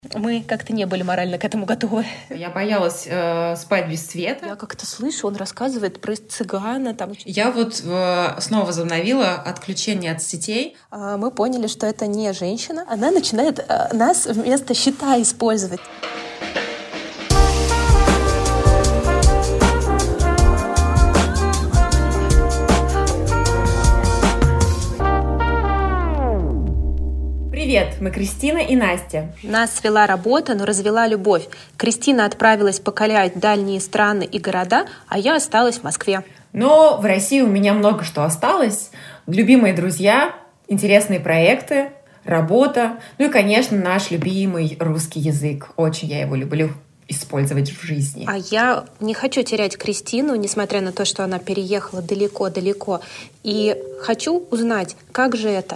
Мы как-то не были морально к этому готовы. Я боялась спать без света. Я как-то слышу, он рассказывает про цыгана. Там. Я вот снова возобновила отключение от сетей. Мы поняли, что это не женщина. Она начинает нас вместо щита использовать. Привет, мы Кристина и Настя. Нас свела работа, но развела любовь. Кристина отправилась покорять дальние страны и города, а я осталась в Москве. Но в России у меня много что осталось. Любимые друзья, интересные проекты, работа. Ну и, конечно, наш любимый русский язык. Очень я его люблю использовать в жизни. А я не хочу терять Кристину, несмотря на то, что она переехала далеко-далеко. И хочу узнать, как же это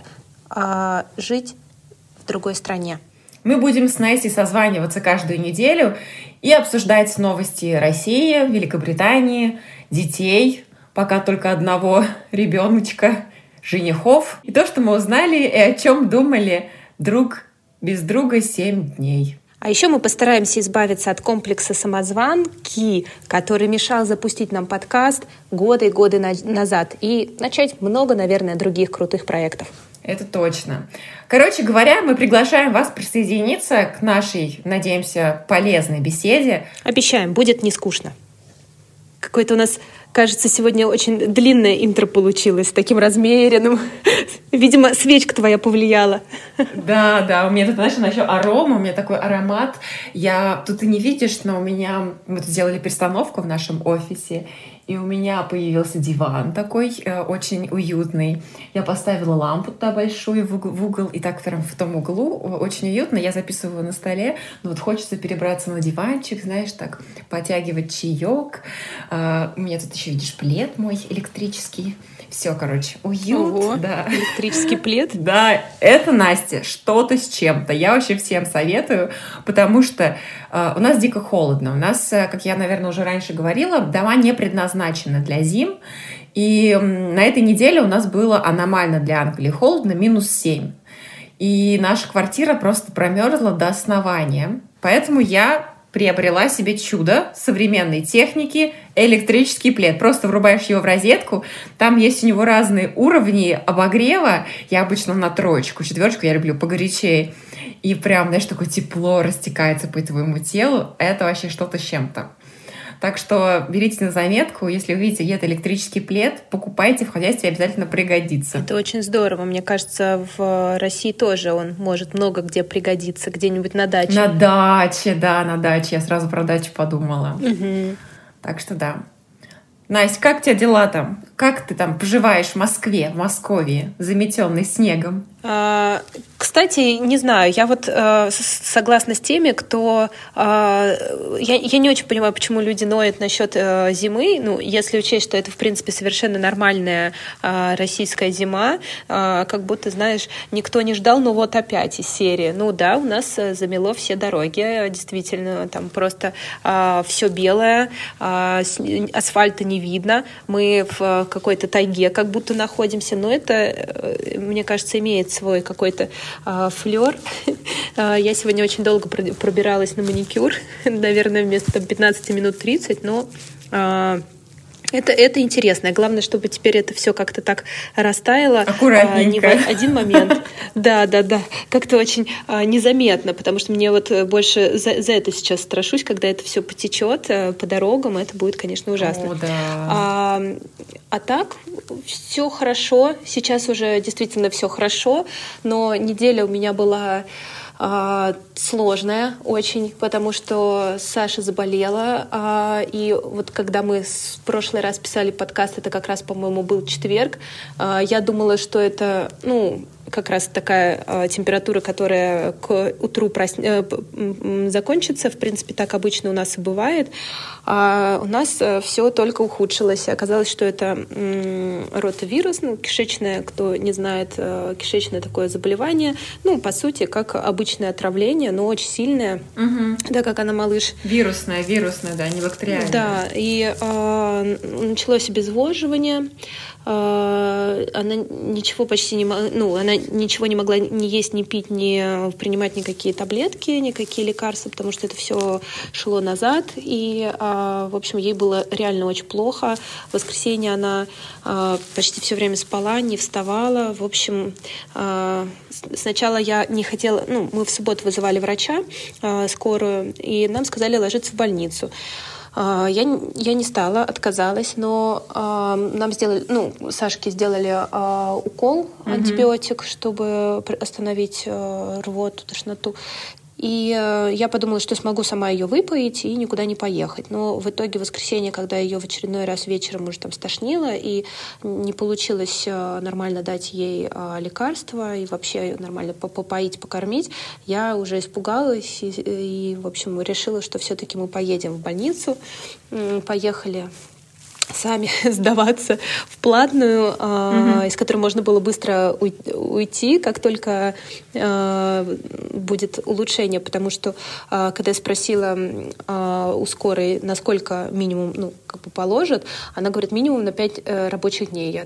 жить в другой стране. Мы будем с Настей созваниваться каждую неделю и обсуждать новости России, Великобритании, детей, пока только одного ребеночка, женихов. И то, что мы узнали и о чем думали друг без друга 7 дней. А еще мы постараемся избавиться от комплекса самозванки, который мешал запустить нам подкаст годы и годы назад, и начать много, наверное, других крутых проектов. Это точно. Короче говоря, мы приглашаем вас присоединиться к нашей, надеемся, полезной беседе. Обещаем, будет не скучно. Какое-то у нас, кажется, сегодня очень длинное интро получилось, таким размеренным. Видимо, свечка твоя повлияла. Да, у меня тут, знаешь, еще арома, у меня такой аромат. Тут ты не видишь, но мы тут сделали перестановку в нашем офисе, и у меня появился диван такой очень уютный. Я поставила лампу туда большую в угол, и так прям в том углу очень уютно. Я записываю на столе, но вот хочется перебраться на диванчик, знаешь, так потягивать чаек. У меня тут еще, видишь, плед мой электрический. Все, короче, уют. Ого, да. Электрический плед? Да, это, Настя, что-то с чем-то. Я вообще всем советую, потому что у нас дико холодно. У нас, как я, наверное, уже раньше говорила, дома не предназначены для зим. И на этой неделе у нас было аномально для Англии холодно, -7. И наша квартира просто промерзла до основания. Поэтому я приобрела себе чудо современной техники — электрический плед. Просто врубаешь его в розетку, там есть у него разные уровни обогрева. Я обычно на 3, 4 я люблю погорячее. И прям, знаешь, такое тепло растекается по твоему телу. Это вообще что-то с чем-то. Так что берите на заметку, если увидите где-то электрический плед, покупайте, в хозяйстве обязательно пригодится. Это очень здорово. Мне кажется, в России тоже он может много где пригодиться, где-нибудь на даче. На даче, да, на даче. Я сразу про дачу подумала. Угу. Так что да. Настя, как у тебя дела там? Как ты там поживаешь в Москве, в Москве, заметенной снегом? Кстати, не знаю, я вот согласна с теми, кто... Я не очень понимаю, почему люди ноют насчет зимы. Ну, если учесть, что это, в принципе, совершенно нормальная российская зима, как будто, знаешь, никто не ждал, но вот опять из серии. Ну да, у нас замело все дороги, действительно, там просто все белое, асфальта не видно, мы в какой-то тайге как будто находимся, но это, мне кажется, имеет свой какой-то флёр. Я сегодня очень долго пробиралась на маникюр, наверное, вместо 15 минут 30, но это интересно. Главное, чтобы теперь это все как-то так растаяло. Аккуратненько. Не в один момент. Да. Как-то очень незаметно, потому что мне вот больше за это сейчас страшусь, когда это все потечет по дорогам, это будет, конечно, ужасно. О, да. А так все хорошо. Сейчас уже действительно все хорошо, но неделя у меня была сложная очень, потому что Саша заболела, и вот когда мы в прошлый раз писали подкаст, это как раз, по-моему, был четверг, я думала, что это, как раз такая температура, которая к утру закончится. В принципе, так обычно у нас и бывает. А у нас все только ухудшилось. Оказалось, что это ротавирус, кишечное, кто не знает, кишечное такое заболевание. По сути, как обычное отравление, но очень сильное, да, как она малыш. Вирусное, да, не бактериальное. Да, и началось обезвоживание. Она ничего почти не... она ничего не могла ни есть, ни пить, ни принимать никакие таблетки, никакие лекарства, потому что это все шло назад. И, в общем, ей было реально очень плохо. В воскресенье она почти все время спала, не вставала. В общем, сначала я не хотела... мы в субботу вызывали врача, скорую, и нам сказали ложиться в больницу. Я не стала, отказалась, но нам сделали, Сашке сделали укол, антибиотик, чтобы остановить рвоту, тошноту. И я подумала, что смогу сама ее выпоить и никуда не поехать. Но в итоге в воскресенье, когда ее в очередной раз вечером уже там стошнило, и не получилось нормально дать ей лекарства и вообще нормально попоить, покормить, я уже испугалась и в общем, решила, что все-таки мы поедем в больницу. Поехали сами сдаваться в платную, из которой можно было быстро уйти, как только будет улучшение, потому что когда я спросила у скорой, насколько минимум положат, она говорит, минимум на 5 рабочих дней.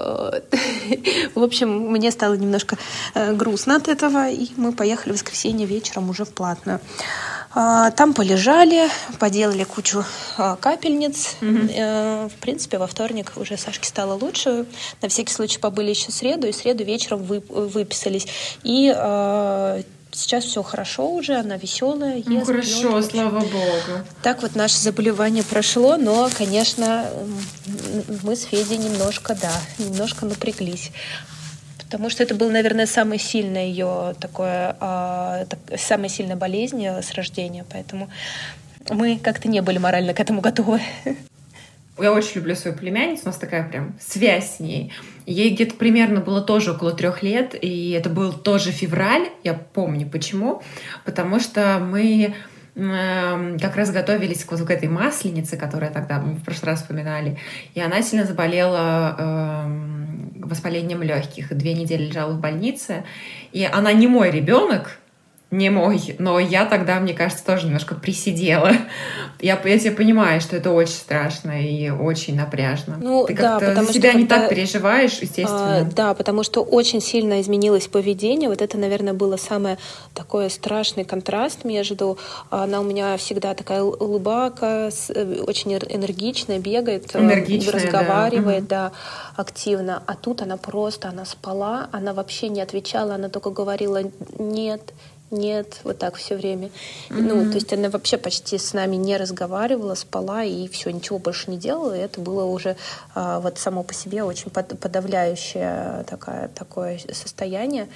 В общем, мне стало немножко грустно от этого, и мы поехали в воскресенье вечером уже в платную. Там полежали, поделали кучу капельниц. В принципе, во вторник уже Сашке стало лучше. На всякий случай побыли еще среду, и среду вечером выписались. И сейчас все хорошо уже, она веселая, ест, хорошо, пьет, слава богу. Так вот наше заболевание прошло, но, конечно, мы с Федей немножко напряглись. Потому что это был, наверное, самая сильная ее самая сильная болезнь с рождения, поэтому мы как-то не были морально к этому готовы. Я очень люблю свою племянницу, у нас такая прям связь с ней. Ей где-то примерно было тоже около 3 лет, и это был тоже февраль, я помню почему, потому что мы как раз готовились к этой масленице, которую тогда мы в прошлый раз вспоминали, и она сильно заболела воспалением легких, 2 недели лежала в больнице, и она не мой ребенок, не мой, но я тогда, мне кажется, тоже немножко присидела. Я тебе понимаю, что это очень страшно и очень напряжно. Ты как-то за себя не так переживаешь, естественно. Да, потому что очень сильно изменилось поведение. Вот это, наверное, было самое такой страшный контраст между... Она у меня всегда такая улыбака, очень энергичная, бегает, разговаривает, да, активно. А тут она спала, она вообще не отвечала, она только говорила нет, вот так все время. То есть она вообще почти с нами не разговаривала, спала и все, ничего больше не делала. И это было уже вот само по себе очень подавляющее такое состояние.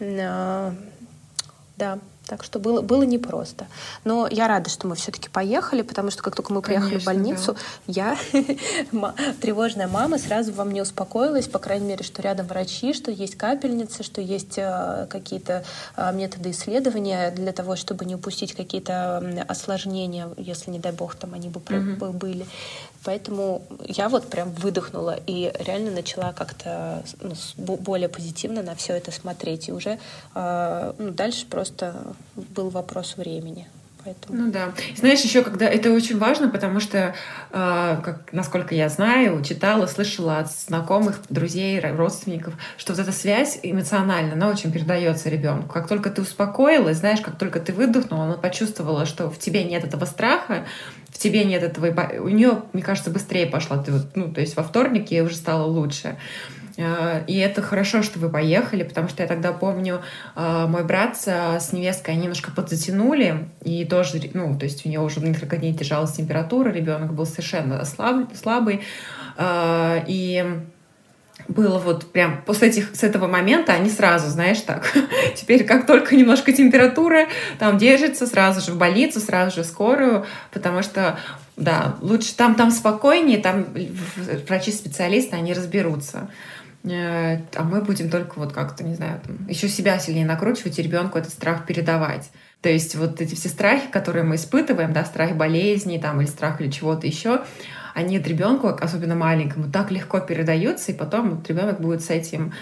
Да. Так что было непросто. Но я рада, что мы все-таки поехали, потому что как только мы приехали в больницу, да. Тревожная мама, сразу во мне успокоилась, по крайней мере, что рядом врачи, что есть капельницы, что есть какие-то методы исследования для того, чтобы не упустить какие-то осложнения, если, не дай бог, там они бы были. Поэтому я вот прям выдохнула и реально начала как-то более позитивно на все это смотреть. И уже дальше просто был вопрос времени. Поэтому... Да. Знаешь, еще когда это очень важно, потому что, насколько я знаю, читала, слышала от знакомых, друзей, родственников, что вот эта связь эмоциональная, она очень передается ребенку. Как только ты успокоилась, знаешь, как только ты выдохнула, она почувствовала, что в тебе нет этого страха, в тебе нет этого... У нее, мне кажется, быстрее пошла. То есть во вторник ей уже стало лучше. И это хорошо, что вы поехали, потому что я тогда помню, мой брат с невесткой, они немножко подзатянули, и тоже, то есть у нее уже несколько дней держалась температура, ребенок был совершенно слабый, и было вот прям с этого момента они сразу, знаешь, так, теперь как только немножко температура там держится, сразу же в больницу, сразу же в скорую, потому что, да, лучше там спокойнее, там врачи-специалисты, они разберутся. А мы будем только вот как-то, не знаю, еще себя сильнее накручивать и ребенку этот страх передавать. То есть вот эти все страхи, которые мы испытываем, да, страх болезни там, или страх или чего-то еще, они от ребенку, особенно маленькому, так легко передаются, и потом вот ребенок будет с этим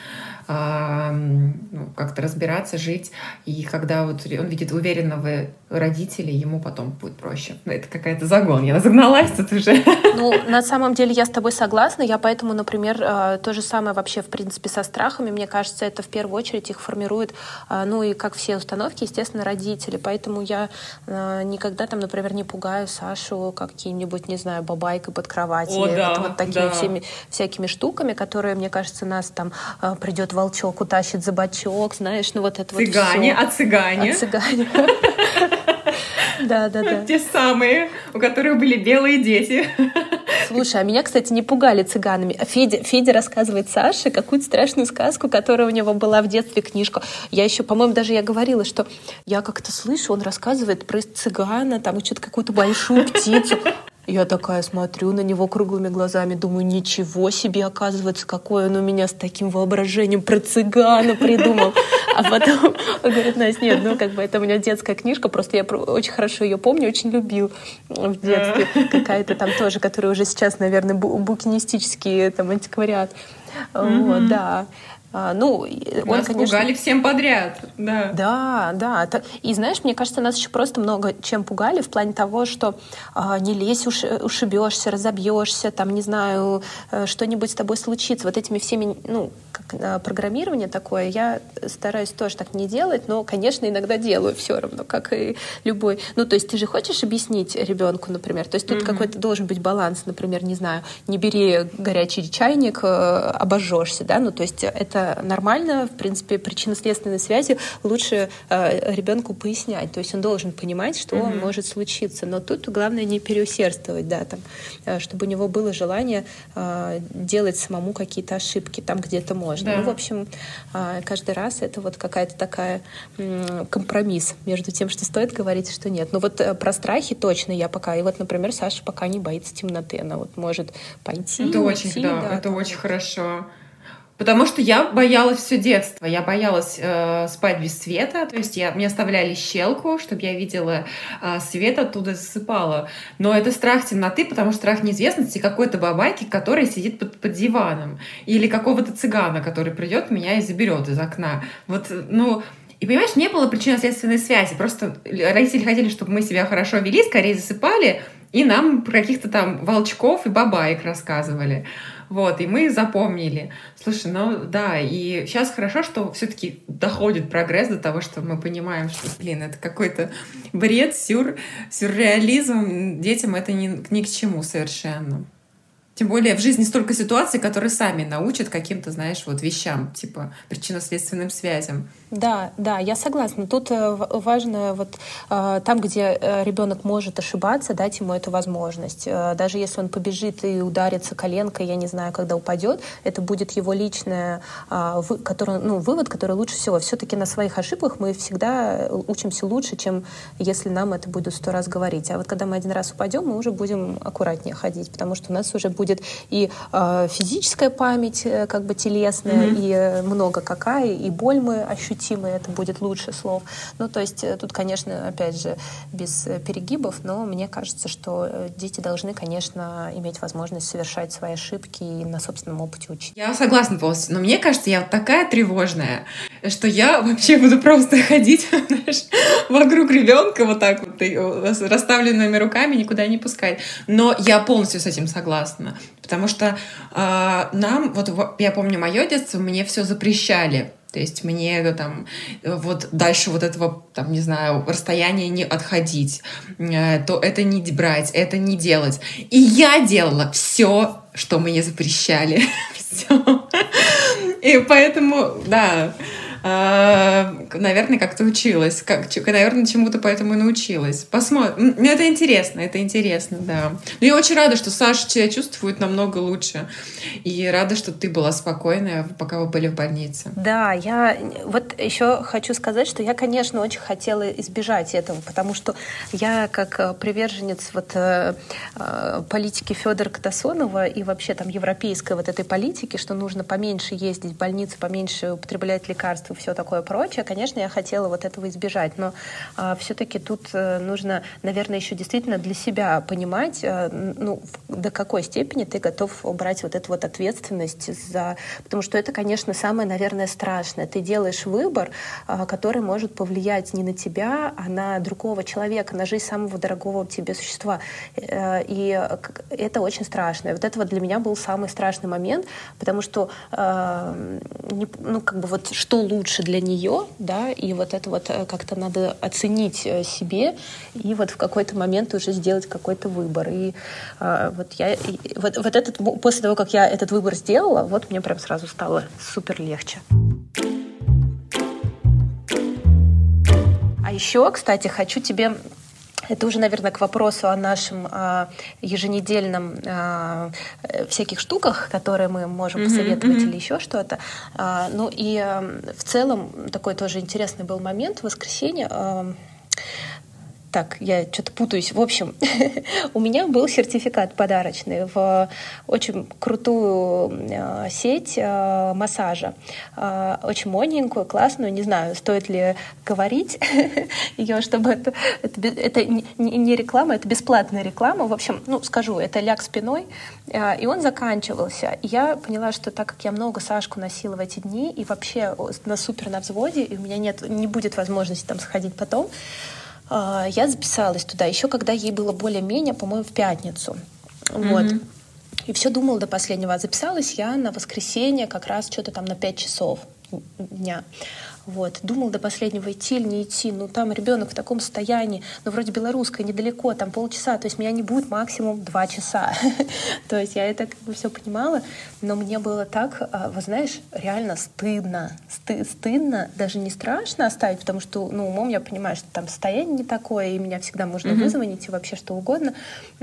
как-то разбираться, жить. И когда вот он видит уверенного родителя, ему потом будет проще. Это какая-то загон. Я загналась тут уже. Ну, на самом деле я с тобой согласна. Я поэтому, например, то же самое вообще, в принципе, со страхами. Мне кажется, это в первую очередь их формирует, ну и как все установки, естественно, родители. Поэтому я никогда там, например, не пугаю Сашу каким-нибудь, не знаю, бабайкой под кроватью. Вот такими всякими штуками, которые, мне кажется, нас там придет волчок, утащит за бочок, знаешь, ну вот это цыгане, вот все. Цыгане. Да. Те самые, у которых были белые дети. Слушай, а меня, кстати, не пугали цыганами. Федя рассказывает Саше какую-то страшную сказку, которая у него была в детстве, книжка. Я еще, по-моему, даже я говорила, что я как-то слышу, он рассказывает про цыгана, там что-то какую-то большую птицу. Я такая смотрю на него круглыми глазами, думаю, ничего себе, оказывается, какой он у меня с таким воображением про цыгана придумал. А потом он говорит, Настя, нет, ну как бы это у меня детская книжка, просто я очень хорошо ее помню, очень любил в детстве. Какая-то там тоже, которая уже сейчас, наверное, букинистический там антиквариат. Вот, да. Ну, нас пугали всем подряд. Да. И знаешь, мне кажется, нас еще просто много чем пугали в плане того, что не лезь, ушибешься, разобьешься, там, не знаю, что-нибудь с тобой случится. Вот этими всеми, ну, как программирование такое, я стараюсь тоже так не делать, но, конечно, иногда делаю все равно, как и любой. Ну, то есть ты же хочешь объяснить ребенку, например, то есть тут какой-то должен быть баланс, например, не знаю, не бери горячий чайник, обожжешься, да, ну, то есть это нормально, в принципе, причинно-следственной связи лучше ребенку пояснять. То есть он должен понимать, что может случиться. Но тут главное не переусердствовать, да, там, чтобы у него было желание делать самому какие-то ошибки там, где это можно. Да. Ну, в общем, каждый раз это вот какая-то такая компромисс между тем, что стоит говорить, и что нет. Но вот про страхи точно я пока... И вот, например, Саша пока не боится темноты. Она вот может пойти, это очень, да, это очень хорошо. Потому что я боялась все детство. Я боялась спать без света. То есть мне оставляли щелку, чтобы я видела свет, оттуда засыпала. Но это страх темноты, потому что страх неизвестности какой-то бабайки, который сидит под диваном. Или какого-то цыгана, который придет меня и заберет из окна. Вот, ну... И, понимаешь, не было причинно-следственной связи. Просто родители хотели, чтобы мы себя хорошо вели, скорее засыпали, и нам про каких-то там волчков и бабаек рассказывали. Вот, и мы запомнили. Слушай, ну да, и сейчас хорошо, что все-таки доходит прогресс до того, что мы понимаем, что, блин, это какой-то бред, сюрреализм. Детям это ни к чему совершенно. Тем более в жизни столько ситуаций, которые сами научат каким-то, знаешь, вот вещам, типа причинно-следственным связям. Да, я согласна. Тут важно вот там, где ребенок может ошибаться, дать ему эту возможность. Даже если он побежит и ударится коленкой, я не знаю, когда упадет, это будет его личный вывод, который лучше всего. Все-таки на своих ошибках мы всегда учимся лучше, чем если нам это будут 100 раз говорить. А вот когда мы один раз упадем, мы уже будем аккуратнее ходить, потому что у нас уже будет и физическая память, как бы телесная, и много какая, и боль мы ощутим, и это будет лучше слов. Ну, то есть тут, конечно, опять же, без перегибов, но мне кажется, что дети должны, конечно, иметь возможность совершать свои ошибки и на собственном опыте учить. Я согласна полностью, но мне кажется, я такая тревожная, что я вообще буду просто ходить, знаешь, вокруг ребенка вот так вот, с расставленными руками, никуда не пускать. Но я полностью с этим согласна, потому что нам, вот я помню мое детство, мне все запрещали. То есть мне там вот дальше вот этого, там, не знаю, расстояния не отходить, то это не брать, это не делать. И я делала все, что мне запрещали. Все. И поэтому, да, наверное, как-то училась. Наверное, чему-то поэтому и научилась. Посмотрим. Ну, это интересно, да. Но я очень рада, что Саша тебя чувствует намного лучше. И рада, что ты была спокойная, пока вы были в больнице. Да, я вот еще хочу сказать, что я, конечно, очень хотела избежать этого, потому что я как приверженец вот политики Федора Катасонова и вообще там европейской вот этой политики, что нужно поменьше ездить в больницу, поменьше употреблять лекарства, и все такое прочее. Конечно, я хотела вот этого избежать, но все-таки тут нужно, наверное, еще действительно для себя понимать, до какой степени ты готов брать вот эту вот ответственность за... Потому что это, конечно, самое, наверное, страшное. Ты делаешь выбор, который может повлиять не на тебя, а на другого человека, на жизнь самого дорогого тебе существа. И это очень страшно. И вот это вот для меня был самый страшный момент, потому что вот что лучше для нее, да, и вот это вот как-то надо оценить себе и вот в какой-то момент уже сделать какой-то выбор. И после того, как я этот выбор сделала, вот мне прям сразу стало супер легче. А еще, кстати, хочу тебе... Это уже, наверное, к вопросу о нашем еженедельном всяких штуках, которые мы можем посоветовать или еще что-то. В целом такой тоже интересный был момент в воскресенье. Так, я что-то путаюсь. В общем, у меня был сертификат подарочный в очень крутую сеть массажа. Очень модненькую, классную. Не знаю, стоит ли говорить ее, чтобы это не реклама, это бесплатная реклама. В общем, скажу, это ляг спиной. И он заканчивался. И я поняла, что так как я много Сашку носила в эти дни и вообще супер на взводе, и у меня не будет возможности там сходить потом, я записалась туда еще, когда ей было более-менее, по-моему, в пятницу. Вот. И все думала до последнего. Записалась я на воскресенье как раз что-то там на 5 часов дня. Вот. Думала до последнего, идти или не идти. Там ребенок в таком состоянии, вроде белорусская, недалеко, там полчаса. То есть меня не будет максимум 2 часа. То есть я это все понимала. Но мне было так, вы знаешь, реально стыдно. Стыдно, даже не страшно оставить, потому что, умом я понимаю, что там состояние не такое, и меня всегда можно вызвонить, и вообще что угодно. И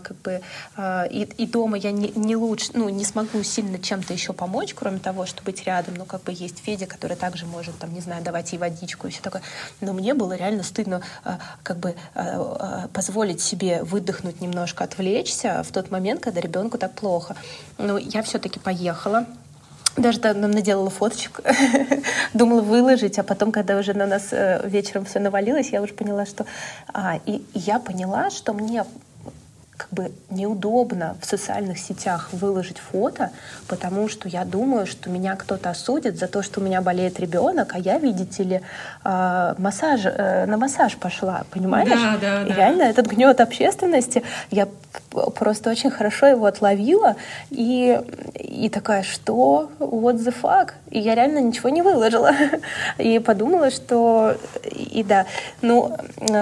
дома я не смогу сильно чем-то еще помочь, кроме того, чтобы быть рядом. Есть Федя, который также может, давать ей водичку и все такое. Но мне было реально стыдно позволить себе выдохнуть немножко, отвлечься в тот момент, когда ребенку так плохо. Я все-таки поехала. Даже там наделала фоточек, думала выложить, а потом, когда уже на нас вечером все навалилось, я уже поняла, что... И я поняла, что мне неудобно в социальных сетях выложить фото, потому что я думаю, что меня кто-то осудит за то, что у меня болеет ребенок, а я, видите ли, на массаж пошла, понимаешь? Да. И реально этот гнет общественности, я просто очень хорошо его отловила и такая, что? What the fuck? И я реально ничего не выложила. И подумала, что... И да, но...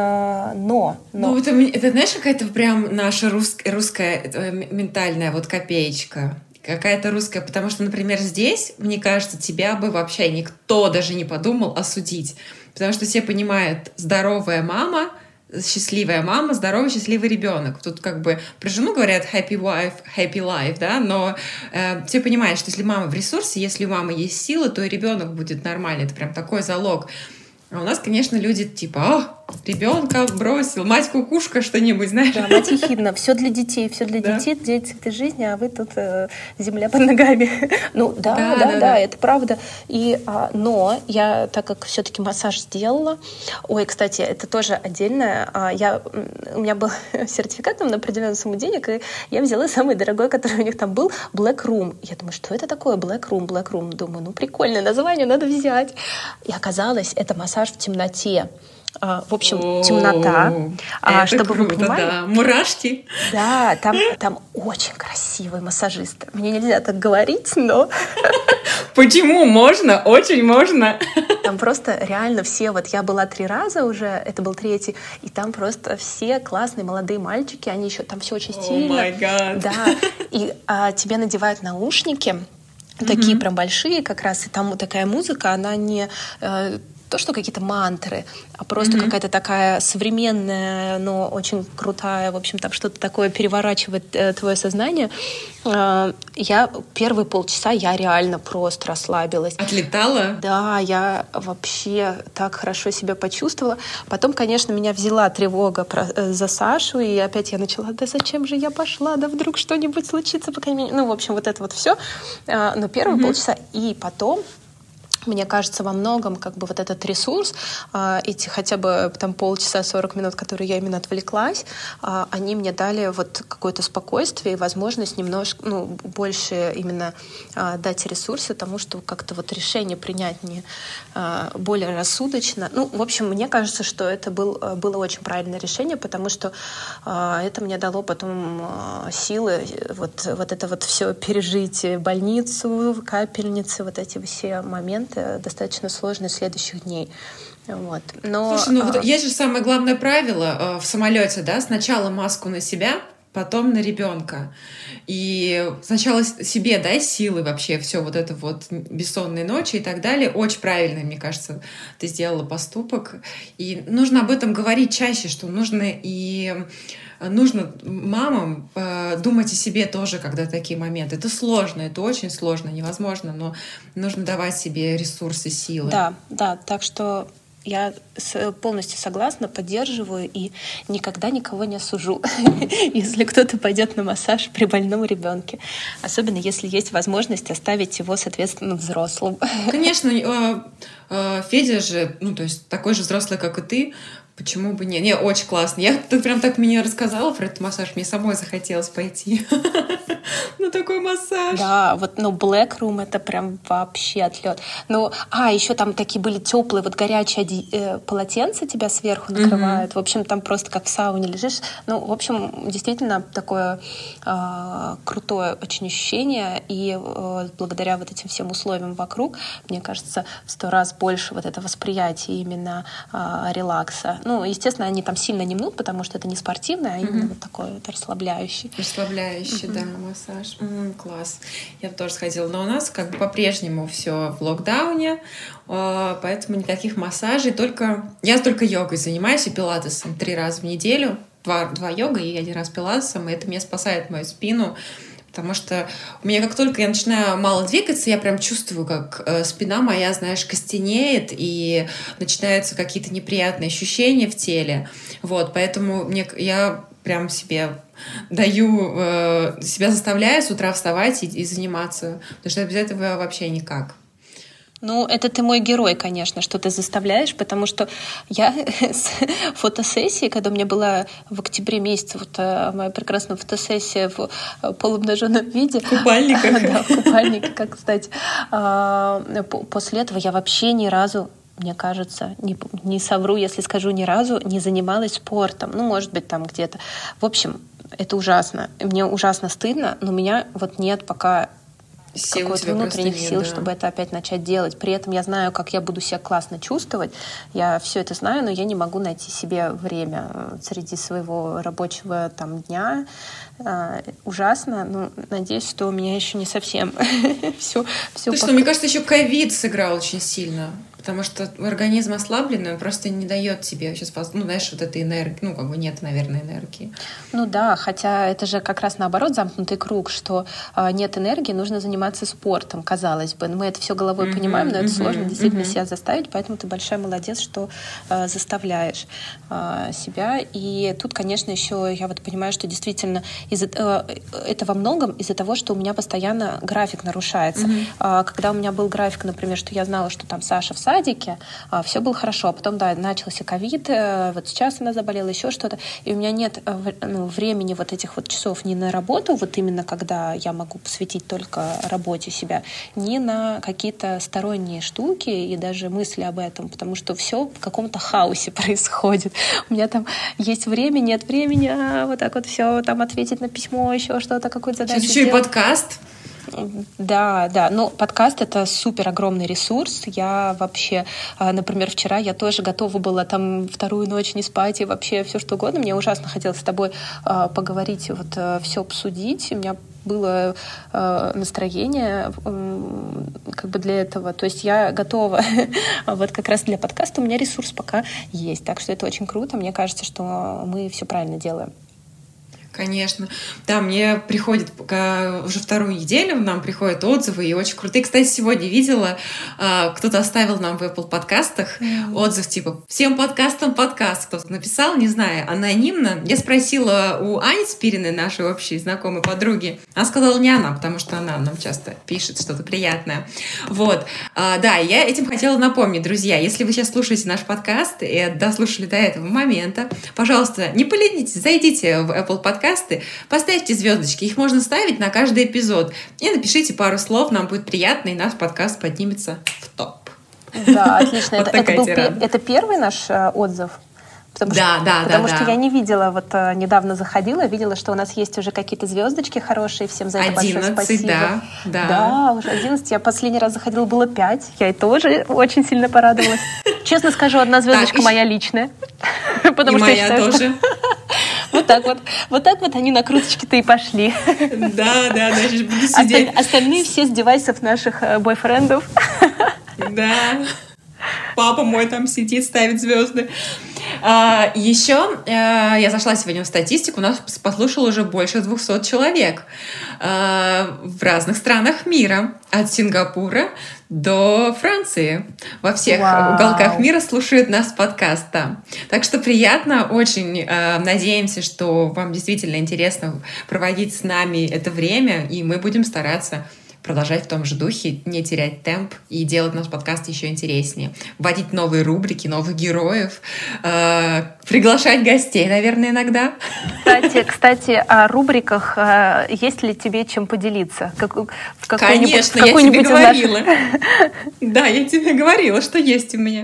Это, знаешь, какая-то прям наша русская ментальная копеечка. Какая-то русская, потому что, например, здесь, мне кажется, тебя бы вообще никто даже не подумал осудить. Потому что все понимают, здоровая мама, счастливая мама, здоровый, счастливый ребенок. Тут про жену говорят happy wife, happy life, да, но все понимают, что если мама в ресурсе, если у мамы есть силы, то и ребенок будет нормальный. Это прям такой залог. А у нас, конечно, люди ребенка бросил, мать кукушка, что-нибудь, знаешь? Да, мать ехидна. Все для детей, дети цветы жизни, а вы тут земля под ногами. Да, это правда. Но я, так как все-таки массаж сделала, кстати, это тоже отдельное. У меня был сертификат на определенную сумму денег, и я взяла самый дорогой, который у них там был, Black Room. Я думаю, что это такое Black Room? Думаю, прикольное название, надо взять. И оказалось, это массаж в темноте. В общем, темнота. Чтобы вы понимали. Да. Мурашки. Да, там очень красивый массажист. Мне нельзя так говорить, но... Почему? Можно, очень можно. Там просто реально все... Я была 3 раза уже, это был 3-й, и там просто все классные молодые мальчики, они еще там все очень стильно. О май гад. Да, и тебе надевают наушники, такие прям большие как раз, и там такая музыка, она не... то, что какие-то мантры, а просто какая-то такая современная, но очень крутая, в общем, там что-то такое переворачивает твое сознание. Я первые полчаса я реально просто расслабилась. Отлетала? Да, я вообще так хорошо себя почувствовала. Потом, конечно, меня взяла тревога за Сашу, и опять я начала, да зачем же я пошла, да вдруг что-нибудь случится, пока не... в общем, вот это вот все. Но первые полчаса. И потом мне кажется, во многом как бы вот этот ресурс, эти хотя бы там полчаса, 40 минут, которые я именно отвлеклась, они мне дали вот какое-то спокойствие и возможность немножко, больше именно дать ресурсы тому, что как-то вот решение принять не более рассудочно. В общем, мне кажется, что это было очень правильное решение, потому что это мне дало потом силы вот это вот все пережить, больницу, капельницы, вот эти все моменты достаточно сложные следующих дней. Вот. Но, слушай, есть же самое главное правило в самолете, да? Сначала маску на себя, потом на ребенка. И сначала себе дай силы вообще, все вот это вот бессонные ночи и так далее. Очень правильно, мне кажется, ты сделала поступок. И нужно об этом говорить чаще, что нужно мамам думать о себе тоже, когда такие моменты. Это сложно, это очень сложно, невозможно, но нужно давать себе ресурсы, силы. Да, так что я полностью согласна, поддерживаю и никогда никого не осужу, если кто-то пойдет на массаж при больном ребенке. Особенно если есть возможность оставить его, соответственно, взрослым. Конечно, Федя же, то есть такой же взрослый, как и ты. Почему бы нет? Не, очень классно. Ты прям так мне рассказала про этот массаж. Мне самой захотелось пойти на такой массаж. Да, вот, Black Room — это прям вообще отлет. Еще там такие были теплые, вот горячие полотенца тебя сверху накрывают. В общем, там просто как в сауне лежишь. В общем, действительно такое крутое очень ощущение. И благодаря вот этим всем условиям вокруг, мне кажется, в 100 раз больше вот это восприятие именно релакса. Естественно, они там сильно не мнут, потому что это не спортивное, а именно вот такой вот расслабляющий. Расслабляющий, да, массаж. Класс. Я тоже сходила. Но у нас как бы по-прежнему все в локдауне, поэтому никаких массажей. Я только йогой занимаюсь и пилатесом 3 раза в неделю. 2 йога и 1 раз пилатесом. И это мне спасает мою спину. Потому что у меня как только я начинаю мало двигаться, я прям чувствую, как спина моя, знаешь, костенеет, и начинаются какие-то неприятные ощущения в теле. Вот, поэтому я прям себя заставляю с утра вставать и заниматься. Потому что без этого вообще никак. Это ты мой герой, конечно, что ты заставляешь, потому что я с фотосессии, когда у меня была в октябре месяце моя прекрасная фотосессия в полуобнаженном виде. В купальниках. Да, в купальнике, как кстати. После этого я вообще ни разу, мне кажется, не совру, если скажу ни разу, не занималась спортом. Может быть, там где-то. В общем, это ужасно. Мне ужасно стыдно, но у меня нет пока какой-то внутренних сил, чтобы это опять начать делать. При этом я знаю, как я буду себя классно чувствовать. Я все это знаю, но я не могу найти себе время среди своего рабочего дня. Ужасно. Надеюсь, что у меня еще не совсем все. Мне кажется, еще ковид сыграл очень сильно. Потому что организм ослабленный, он просто не дает тебе сейчас, вот этой энергии, нет, наверное, энергии. Да, хотя это же как раз наоборот замкнутый круг, что нет энергии, нужно заниматься спортом, казалось бы. Мы это все головой понимаем, но это сложно действительно себя заставить, поэтому ты большая молодец, что заставляешь себя. И тут, конечно, еще я понимаю, что действительно это во многом из-за того, что у меня постоянно график нарушается. Когда у меня был график, например, что я знала, что там Саша в садике, все было хорошо. А потом, начался ковид, вот сейчас она заболела, еще что-то. И у меня нет времени этих часов ни на работу, именно когда я могу посвятить только работе себя, ни на какие-то сторонние штуки и даже мысли об этом, потому что все в каком-то хаосе происходит. У меня там есть время, нет времени, все, ответить на письмо, еще что-то, какую-то задачу сейчас еще и подкаст. Да. Подкаст — это супер огромный ресурс. Я вообще, например, вчера я тоже готова была 2-ю ночь не спать и вообще все что угодно. Мне ужасно хотелось с тобой поговорить, все обсудить. У меня было настроение для этого. То есть я готова. Как раз для подкаста у меня ресурс пока есть. Так что это очень круто. Мне кажется, что мы все правильно делаем. конечно. Да, мне приходит уже вторую неделю, нам приходят отзывы, и очень крутые. Кстати, сегодня видела, кто-то оставил нам в Apple подкастах отзыв типа «Всем подкастам подкаст». Кто-то написал, не знаю, анонимно. Я спросила у Ани Спириной, нашей общей знакомой подруги. Она сказала, не она, потому что она нам часто пишет что-то приятное. Вот. Да, я этим хотела напомнить, друзья, если вы сейчас слушаете наш подкаст и дослушали до этого момента, пожалуйста, не поленитесь, зайдите в Apple подкасты, поставьте звездочки, их можно ставить на каждый эпизод, и напишите пару слов, нам будет приятно, и наш подкаст поднимется в топ. Да, отлично. Вот Это первый наш отзыв? Потому что я не видела, вот недавно заходила, видела, что у нас есть уже какие-то звездочки хорошие, всем за это 11, большое спасибо. Да, уже 11, я последний раз заходила, было 5, я и тоже очень сильно порадовалась. Честно скажу, одна звездочка моя личная. И моя тоже. Вот так вот они накруточки-то и пошли. Да, сейчас буду сидеть. Остальные все с девайсов наших бойфрендов. Да. Папа мой там сидит, ставит звезды. Еще я зашла сегодня в статистику, нас послушало уже больше 200 человек в разных странах мира, от Сингапура до Франции. Во всех уголках мира слушают нас подкаста. Так что приятно, очень надеемся, что вам действительно интересно проводить с нами это время, и мы будем стараться продолжать в том же духе, не терять темп и делать наш подкаст еще интереснее. Вводить новые рубрики, новых героев, приглашать гостей, наверное, иногда. Кстати, о рубриках есть ли тебе чем поделиться? Конечно, я тебе говорила. Да, я тебе говорила, что есть у меня.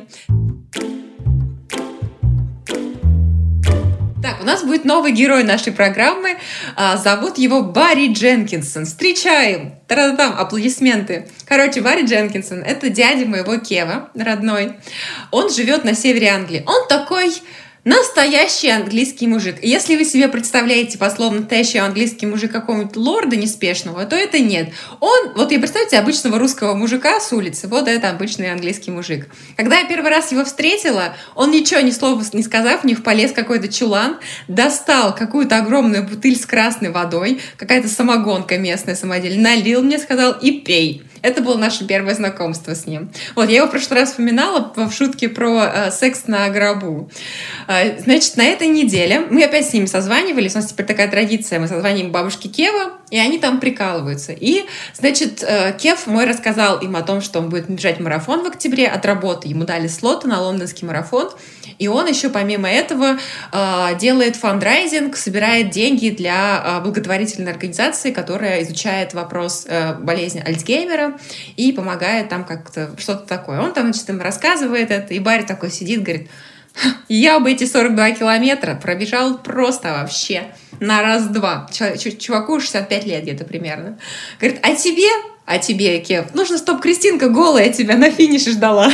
Так, у нас будет новый герой нашей программы. Зовут его Барри Дженкинсон. Встречаем! Та-да-там, аплодисменты. Короче, Барри Дженкинсон — это дядя моего Кева, родной. Он живет на севере Англии. Он такой настоящий английский мужик. Если вы себе представляете, по словам настоящий английский мужик какого-нибудь лорда неспешного, то это нет. Он, вот и представьте обычного русского мужика с улицы, вот это обычный английский мужик. Когда я первый раз его встретила, он ничего, ни слова не сказав, в них полез какой-то чулан, достал какую-то огромную бутыль с красной водой, какая-то самогонка местная самодельная, налил мне, сказал: и пей. Это было наше первое знакомство с ним. Вот, я его в прошлый раз вспоминала в шутке про секс на гробу. Значит, на этой неделе мы опять с ними созванивались. У нас теперь такая традиция. Мы созваниваем бабушки Кева, и они там прикалываются. И, значит, Кев мой рассказал им о том, что он будет бежать марафон в октябре от работы. Ему дали слоты на лондонский марафон. И он еще, помимо этого, делает фандрайзинг, собирает деньги для благотворительной организации, которая изучает вопрос болезни Альцгеймера и помогает там как-то что-то такое. Он там, значит, им рассказывает это, и Барри такой сидит, говорит: я бы эти 42 километра пробежал просто вообще на раз-два. Чуваку 65 лет где-то примерно. Говорит: а тебе, Кев, нужно, чтоб Кристинка голая тебя на финише ждала.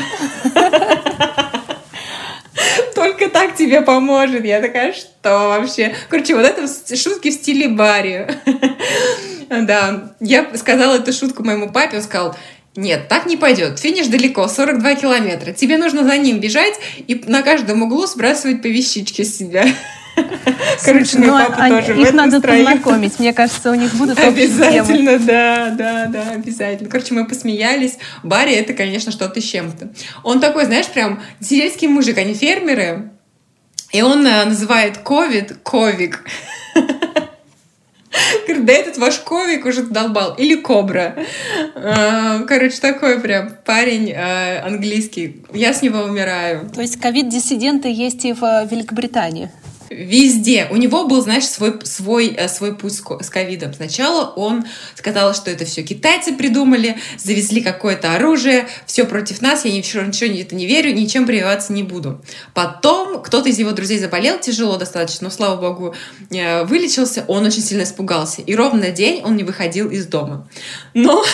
Только так тебе поможет. Я такая: что вообще? Короче, вот это шутки в стиле Барри. Да, я сказала эту шутку моему папе, он сказал: нет, так не пойдет. Финиш далеко, 42 километра. Тебе нужно за ним бежать и на каждом углу сбрасывать по вещичке с себя. Короче, мой папа тоже в этом надо познакомить. Мне кажется, у них будут обязательно, да, обязательно. Короче, мы посмеялись. Барри — это, конечно, что-то с чем-то. Он такой, знаешь, прям сельский мужик, они фермеры. И он называет ковик. Говорит: да этот ваш ковик уже долбал. Или кобра. Короче, такой прям парень английский. Я с него умираю. То есть ковид-диссиденты есть и в Великобритании? Везде. У него был, знаешь, свой путь с ковидом. Сначала он сказал, что это все китайцы придумали, завезли какое-то оружие, все против нас, я ничего это не верю, ничем прививаться не буду. Потом кто-то из его друзей заболел тяжело достаточно, но, слава богу, вылечился, он очень сильно испугался. И ровно день он не выходил из дома. Но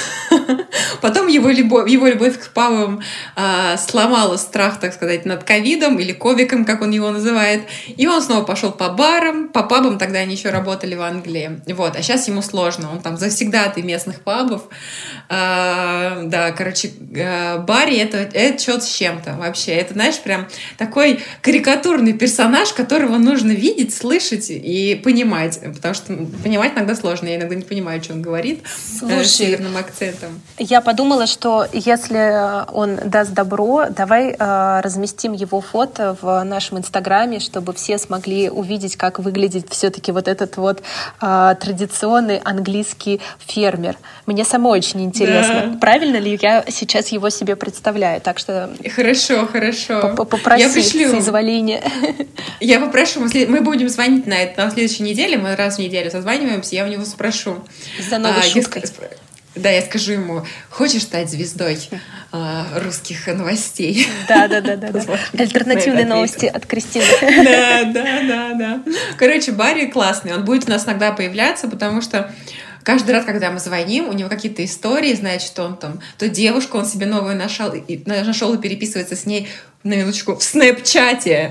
Потом его любовь к пабам сломала страх, так сказать, над ковидом или ковиком, как он его называет. И он снова пошел по барам, по пабам, тогда они еще работали в Англии. Вот. А сейчас ему сложно, он там завсегдатый местных пабов. Да, короче, Барри — это что-то с чем-то вообще. Это, знаешь, прям такой карикатурный персонаж, которого нужно видеть, слышать и понимать. Потому что понимать иногда сложно. Я иногда не понимаю, что он говорит. С северным акцентом. Я подумала, что если он даст добро, давай разместим его фото в нашем Инстаграме, чтобы все смогли увидеть, как выглядит все-таки вот этот вот традиционный английский фермер. Мне самой очень интересно, да. Правильно ли я сейчас его себе представляю. Так что хорошо. Попроси соизволения. Я попрошу. Мы будем звонить на следующей неделе. Мы раз в неделю созваниваемся. Я у него спрошу. За новой шуткой. Да, я скажу ему: хочешь стать звездой русских новостей? Да. Альтернативные новости от Кристины. Да. Короче, Барри классный. Он будет у нас иногда появляться, потому что каждый раз, когда мы звоним, у него какие-то истории, значит, он там, то девушку он себе новую нашел и переписывается с ней, на минуточку, в Снэпчате.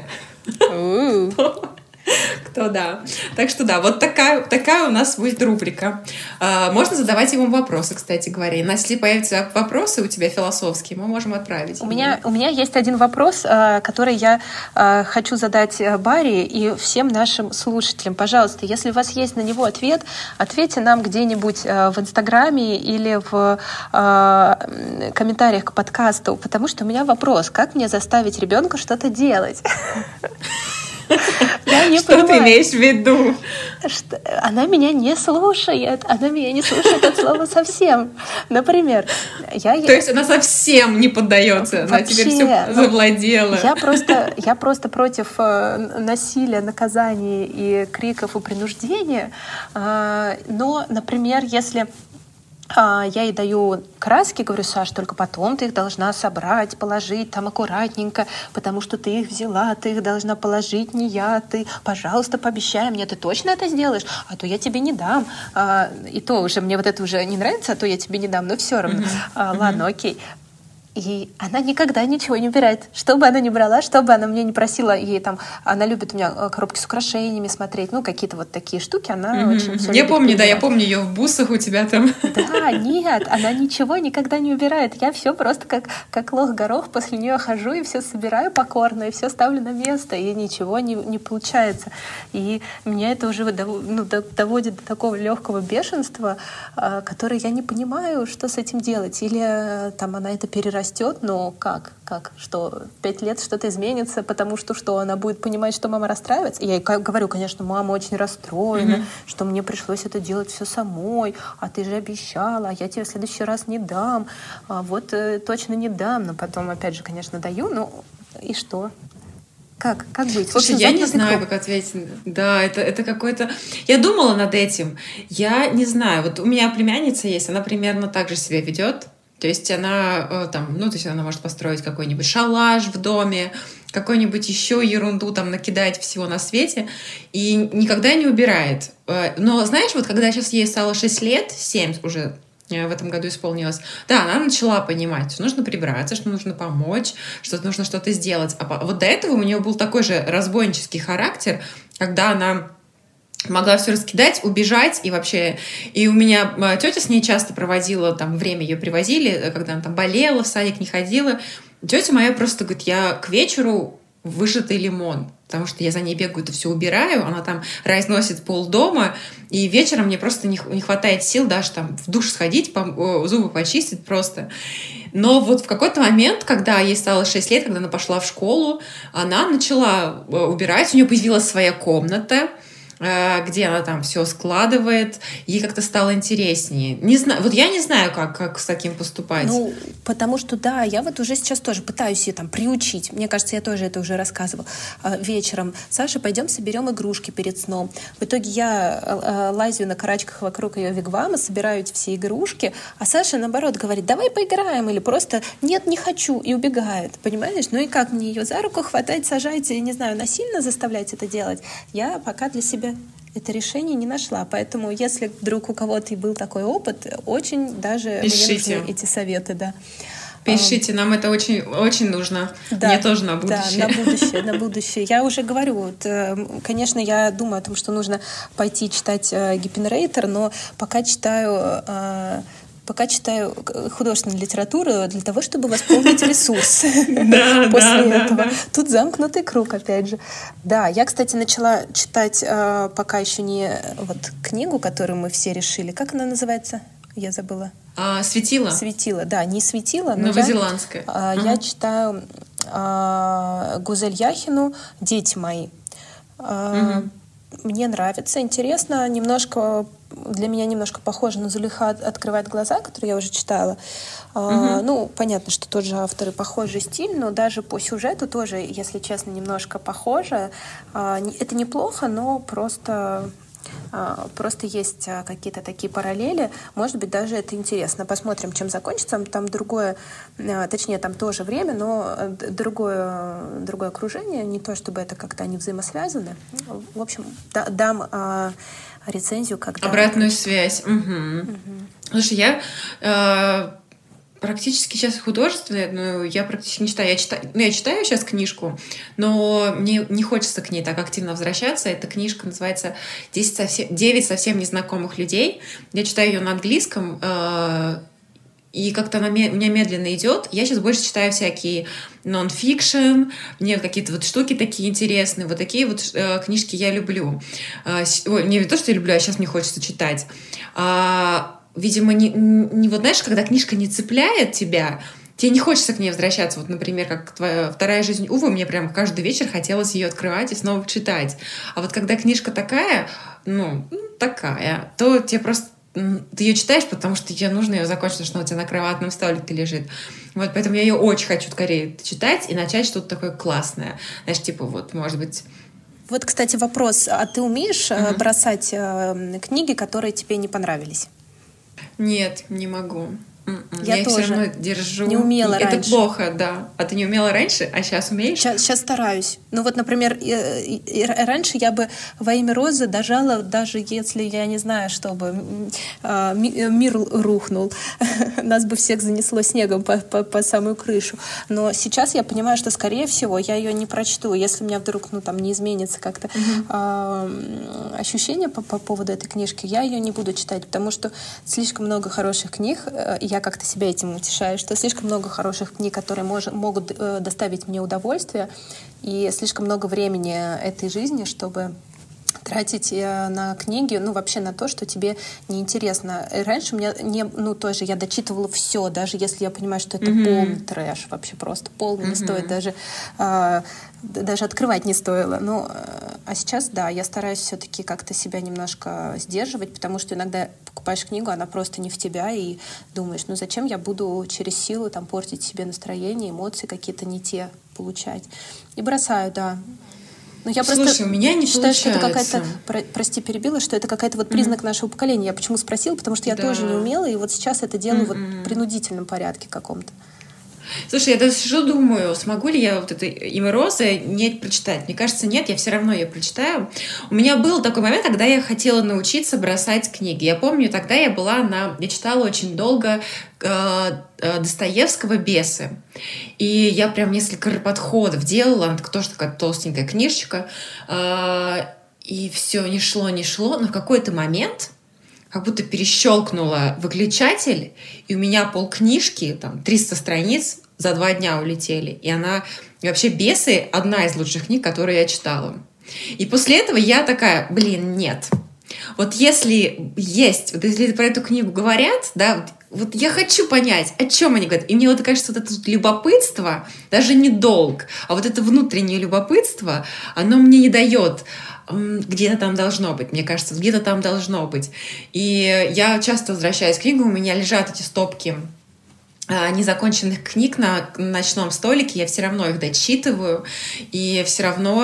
Кто да. Так что да, вот такая у нас будет рубрика. Можно задавать ему вопросы, кстати говоря. Если появятся вопросы у тебя философские, мы можем отправить. У меня есть один вопрос, который я хочу задать Барри и всем нашим слушателям. Пожалуйста, если у вас есть на него ответ, ответьте нам где-нибудь в Инстаграме или в комментариях к подкасту, потому что у меня вопрос: как мне заставить ребенка что-то делать? Что ты имеешь в виду? Она меня не слушает. Она меня не слушает от слова совсем. Например, То есть она совсем не поддается. Она тебе все завладела. Я просто против насилия, наказаний и криков и принуждения. Но, например, если я ей даю краски, говорю: Саш, только потом ты их должна собрать, положить там аккуратненько, потому что ты их взяла, ты их должна положить, не я, ты, пожалуйста, пообещай мне, ты точно это сделаешь, а то я тебе не дам. И то уже мне вот это уже не нравится, а то я тебе не дам, но все равно. Ладно, окей. И она никогда ничего не убирает. Что бы она ни брала, что бы она мне не просила, ей там, она любит у меня коробки с украшениями смотреть, ну, какие-то вот такие штуки, она очень все любит. Я помню ее в бусах у тебя там. Да, нет, она ничего никогда не убирает. Я все просто как лох-горох после нее хожу и все собираю покорно, и все ставлю на место, и ничего не получается. И меня это уже доводит до такого легкого бешенства, которое я не понимаю, что с этим делать. Или там она это перерастет, но как? Что 5 лет что-то изменится, потому что она будет понимать, что мама расстраивается? Я ей говорю, конечно, мама очень расстроена, что мне пришлось это делать все самой, а ты же обещала, а я тебе в следующий раз не дам, точно не дам, но потом опять же, конечно, даю, ну и что? Как быть? Слушай, я не знаю, как ответить. Да, это какой-то... Я думала над этим. Я не знаю. Вот у меня племянница есть, она примерно так же себя ведет. То есть она она может построить какой-нибудь шалаш в доме, какую-нибудь еще ерунду там накидать всего на свете и никогда не убирает. Но знаешь, вот когда сейчас ей стало 6 лет, 7 уже в этом году исполнилось, да, она начала понимать, что нужно прибраться, что нужно помочь, что нужно что-то сделать. А вот до этого у нее был такой же разбойнический характер, когда она могла все раскидать, убежать и вообще... И у меня тетя с ней часто проводила, там, время ее привозили, когда она там болела, в садик не ходила. Тетя моя просто говорит: я к вечеру выжатый лимон, потому что я за ней бегаю, это все убираю, она там разносит полдома, и вечером мне просто не хватает сил даже там в душ сходить, зубы почистить просто. Но вот в какой-то момент, когда ей стало 6 лет, когда она пошла в школу, она начала убирать, у нее появилась своя комната, где она там все складывает, ей как-то стало интереснее. Не знаю, вот я не знаю, как с таким поступать. Ну, потому что, да, я вот уже сейчас тоже пытаюсь ее там приучить. Мне кажется, я тоже это уже рассказывала. Вечером: Саша, пойдем соберем игрушки перед сном. В итоге я лазю на карачках вокруг ее вигвама, собираю эти все игрушки, а Саша, наоборот, говорит: давай поиграем, или просто нет, не хочу, и убегает. Понимаешь? Ну и как мне ее за руку хватать, сажать, я не знаю, насильно заставлять это делать? Я пока для себя это решение не нашла. Поэтому, если вдруг у кого-то и был такой опыт, очень даже Пишите. мне нужны эти советы, да. Пишите, нам это очень, очень нужно. Да, мне тоже на будущее. Да, на будущее, на будущее. Я уже говорю, вот, конечно, я думаю о том, что нужно пойти читать Гиппенрейтер, но пока читаю художественную литературу для того, чтобы восполнить ресурс после этого. Тут замкнутый круг, опять же. Да, я, кстати, начала читать пока еще не вот книгу, которую мы все решили. Как она называется? Я забыла. «Светило». «Светило», да, не «Светило», но новозеландская. Я читаю Гузель Яхину «Дети мои». Мне нравится, интересно, немножко для меня немножко похоже на «Зулейха открывает глаза», которую я уже читала. Ну, понятно, что тот же автор и похожий стиль, но даже по сюжету тоже, если честно, немножко похоже. Это неплохо, но просто есть какие-то такие параллели. Может быть, даже это интересно. Посмотрим, чем закончится. Там другое, точнее, там тоже время, но другое окружение. Не то, чтобы это как-то они взаимосвязаны. В общем, дам рецензию, когда... Обратную связь. Слушай, я практически сейчас художественная, но я практически не читаю. Я читаю сейчас книжку, но мне не хочется к ней так активно возвращаться. Эта книжка называется «9 совсем незнакомых людей». Я читаю ее на английском, и как-то она у меня медленно идет. Я сейчас больше читаю всякие нон-фикшн, мне какие-то вот штуки такие интересные. Вот такие вот книжки я люблю. Не то, что я люблю, а сейчас мне хочется читать. Видимо, не вот, знаешь, когда книжка не цепляет тебя, тебе не хочется к ней возвращаться. Вот, например, как «Твоя вторая жизнь Увы», мне прям каждый вечер хотелось ее открывать и снова читать. А вот когда книжка такая, такая, то тебе просто... Ты ее читаешь, потому что тебе нужно ее закончить, потому что она у тебя на кроватном столике лежит. Вот, поэтому я ее очень хочу скорее читать и начать что-то такое классное. Знаешь, типа вот, может быть... Вот, кстати, вопрос. А ты умеешь бросать книги, которые тебе не понравились? Нет, не могу. Я их тоже все равно держу. не умела раньше. Это плохо, да. А ты не умела раньше, а сейчас умеешь? Сейчас стараюсь. Ну вот, например, раньше я бы «Во имя Розы» дожала, даже если я не знаю, чтобы мир рухнул. Нас бы всех занесло снегом по самую крышу. Но сейчас я понимаю, что, скорее всего, я ее не прочту. Если у меня вдруг не изменится как-то ощущение по поводу этой книжки, я ее не буду читать, потому что слишком много хороших книг. Я как-то себя этим утешаю, что слишком много хороших книг, которые могут доставить мне удовольствие, и слишком много времени этой жизни, чтобы тратить на книги, вообще на то, что тебе неинтересно. И раньше у меня тоже я дочитывала все, даже если я понимаю, что это полный трэш, вообще просто полный, не стоит даже открывать не стоило. А сейчас, да, я стараюсь все-таки как-то себя немножко сдерживать, потому что иногда покупаешь книгу, она просто не в тебя, и думаешь, зачем я буду через силу портить себе настроение, эмоции какие-то не те получать. И бросаю, да. Я Слушай, просто у меня не считаю, получается. что это какая-то, прости, перебила, что это какая-то признак нашего поколения. Я почему спросила? Потому что я тоже не умела, и вот сейчас это делаю в принудительном порядке каком-то. Слушай, я даже сижу, думаю, смогу ли я вот это «Имя Розы» не прочитать. Мне кажется, нет, я все равно ее прочитаю. У меня был такой момент, когда я хотела научиться бросать книги. Я помню, тогда я читала очень долго Достоевского «Бесы». И я прям несколько подходов делала. Она тоже такая толстенькая книжечка. И все не шло, но в какой-то момент как будто перещелкнула выключатель, и у меня полкнижки, 300 страниц за 2 дня улетели. И вообще «Бесы» — одна из лучших книг, которые я читала. И после этого я такая, нет. Вот если про эту книгу говорят, да, вот я хочу понять, о чем они говорят. И мне кажется, вот это любопытство, даже не долг, а вот это внутреннее любопытство, оно мне не дает. Где-то там должно быть, мне кажется, где-то там должно быть. И я часто возвращаюсь к книгам, у меня лежат эти стопки незаконченных книг на ночном столике, я все равно их дочитываю, и все равно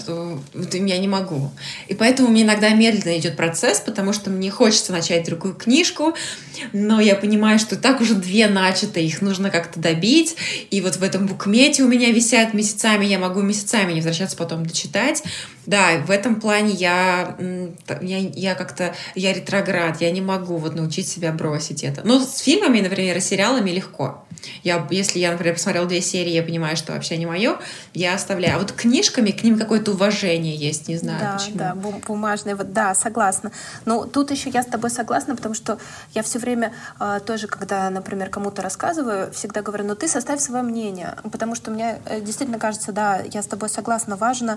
я не могу. И поэтому у меня иногда медленно идет процесс, потому что мне хочется начать другую книжку, но я понимаю, что так уже 2 начаты, их нужно как-то добить, и вот в этом букмете у меня висят месяцами, я могу месяцами не возвращаться потом дочитать, Да, в этом плане я ретроград, я не могу вот научить себя бросить это. Но с фильмами, например, и сериалами легко. Если я, например, посмотрела 2 серии, я понимаю, что вообще не мое, я оставляю. А вот книжками к ним какое-то уважение есть, не знаю почему. Да, бумажные, вот, да, согласна. Но тут еще я с тобой согласна, потому что я все время тоже, когда, например, кому-то рассказываю, всегда говорю, ну ты составь свое мнение, потому что мне действительно кажется, да, я с тобой согласна, важно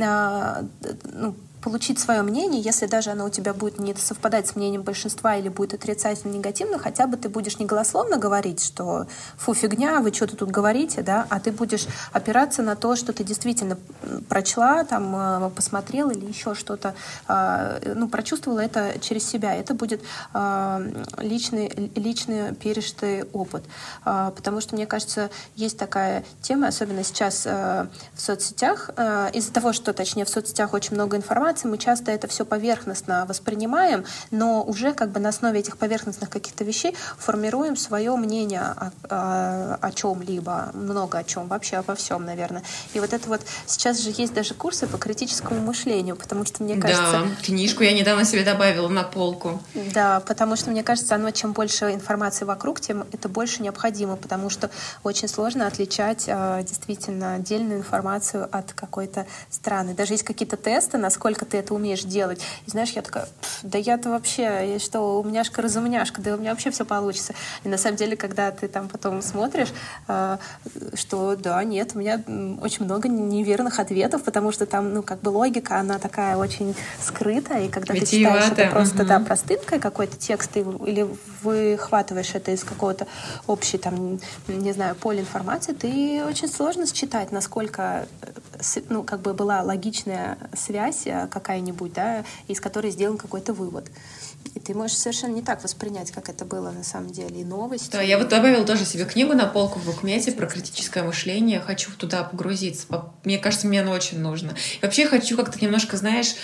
получить свое мнение, если даже оно у тебя будет не совпадать с мнением большинства или будет отрицательно, негативно, хотя бы ты будешь не голословно говорить, что фу, фигня, вы что-то тут говорите, да, а ты будешь опираться на то, что ты действительно прочла, там, посмотрела или еще что-то, прочувствовала это через себя. Это будет личный пережитый опыт. Потому что, мне кажется, есть такая тема, особенно сейчас в соцсетях, из-за того, что, точнее, в соцсетях очень много информации, мы часто это все поверхностно воспринимаем, но уже как бы на основе этих поверхностных каких-то вещей формируем свое мнение о чем-либо, много о чем, вообще обо всем, наверное. И вот это вот сейчас же есть даже курсы по критическому мышлению, потому что, мне кажется... Да, книжку я недавно себе добавила на полку. Да, потому что, мне кажется, чем больше информации вокруг, тем это больше необходимо, потому что очень сложно отличать действительно отдельную информацию от какой-то страны. Даже есть какие-то тесты, насколько ты это умеешь делать. И знаешь, я такая, да я-то вообще, что, умняшка-разумняшка, да у меня вообще все получится. И на самом деле, когда ты там потом смотришь, что да, нет, у меня очень много неверных ответов, потому что там, как бы логика, она такая очень скрытая, и когда ты читаешь это просто, да, простынкой какой-то текст, или выхватываешь это из какого-то общей, там, не знаю, поля информации, ты очень сложно считать, насколько, как бы была логичная связь какая-нибудь, да, из которой сделан какой-то вывод. И ты можешь совершенно не так воспринять, как это было на самом деле, и новости. Да, я вот добавила тоже себе книгу на полку в букмете про критическое мышление. Хочу туда погрузиться. Мне кажется, мне оно очень нужно. И вообще хочу как-то немножко, знаешь,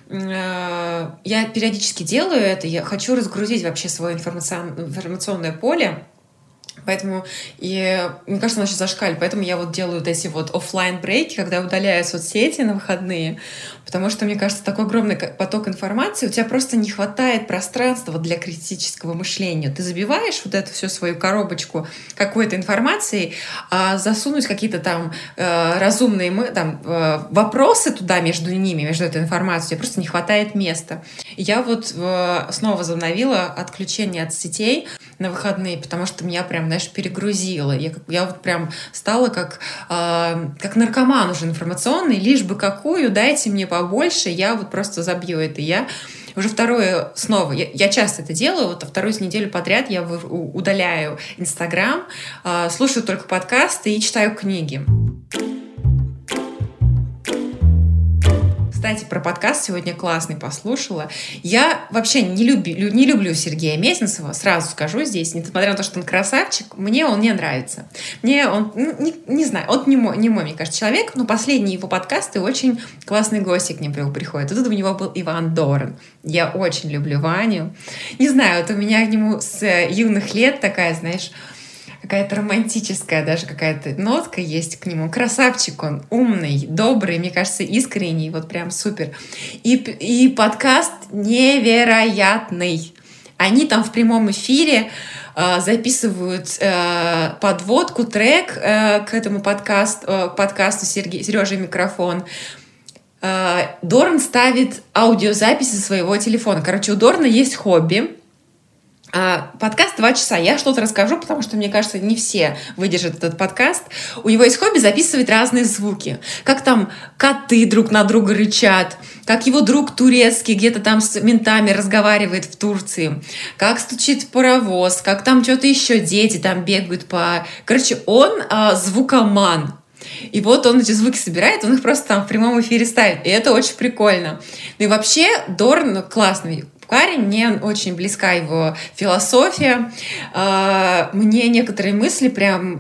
я периодически делаю это, я хочу разгрузить вообще свое информационное поле. Поэтому, мне кажется, оно сейчас зашкалит. Поэтому я вот делаю вот эти вот офлайн-брейки, когда я удаляю соцсети на выходные. Потому что, мне кажется, такой огромный поток информации, у тебя просто не хватает пространства для критического мышления. Ты забиваешь вот эту всю свою коробочку какой-то информацией, а засунуть какие-то там разумные вопросы туда между ними, между этой информацией, тебе просто не хватает места. И я вот снова возобновила отключение от сетей на выходные, потому что меня прям, знаешь, перегрузило. Я вот прям стала как наркоман уже информационный, лишь бы какую, дайте мне побольше, я вот просто забью это. Я уже второе снова, я часто это делаю, вот вторую неделю подряд я удаляю Инстаграм, слушаю только подкасты и читаю книги. Кстати, про подкаст сегодня классный послушала. Я вообще не люблю Сергея Мезенцева, сразу скажу здесь, несмотря на то, что он красавчик, мне он не нравится. Мне он, не знаю, он не мой, мне кажется, человек, но последние его подкасты очень классные гости к ним приходят. И тут у него был Иван Дорн. Я очень люблю Ваню. Не знаю, вот у меня к нему с юных лет такая, знаешь, какая-то романтическая даже какая-то нотка есть к нему. Красавчик он, умный, добрый, мне кажется, искренний, вот прям супер. И подкаст невероятный. Они там в прямом эфире записывают подводку, трек к этому подкасту Сережа Микрофон. Дорн ставит аудиозаписи со своего телефона. Короче, у Дорна есть хобби. Подкаст 2 часа. Я что-то расскажу, потому что, мне кажется, не все выдержат этот подкаст. У него есть хобби записывать разные звуки. Как там коты друг на друга рычат, как его друг турецкий где-то там с ментами разговаривает в Турции, как стучит паровоз, как там что-то еще дети там бегают по... Короче, он звукоман. И вот он эти звуки собирает, он их просто там в прямом эфире ставит. И это очень прикольно. Ну и вообще Дорн классный парень, мне очень близка его философия. Мне некоторые мысли прям,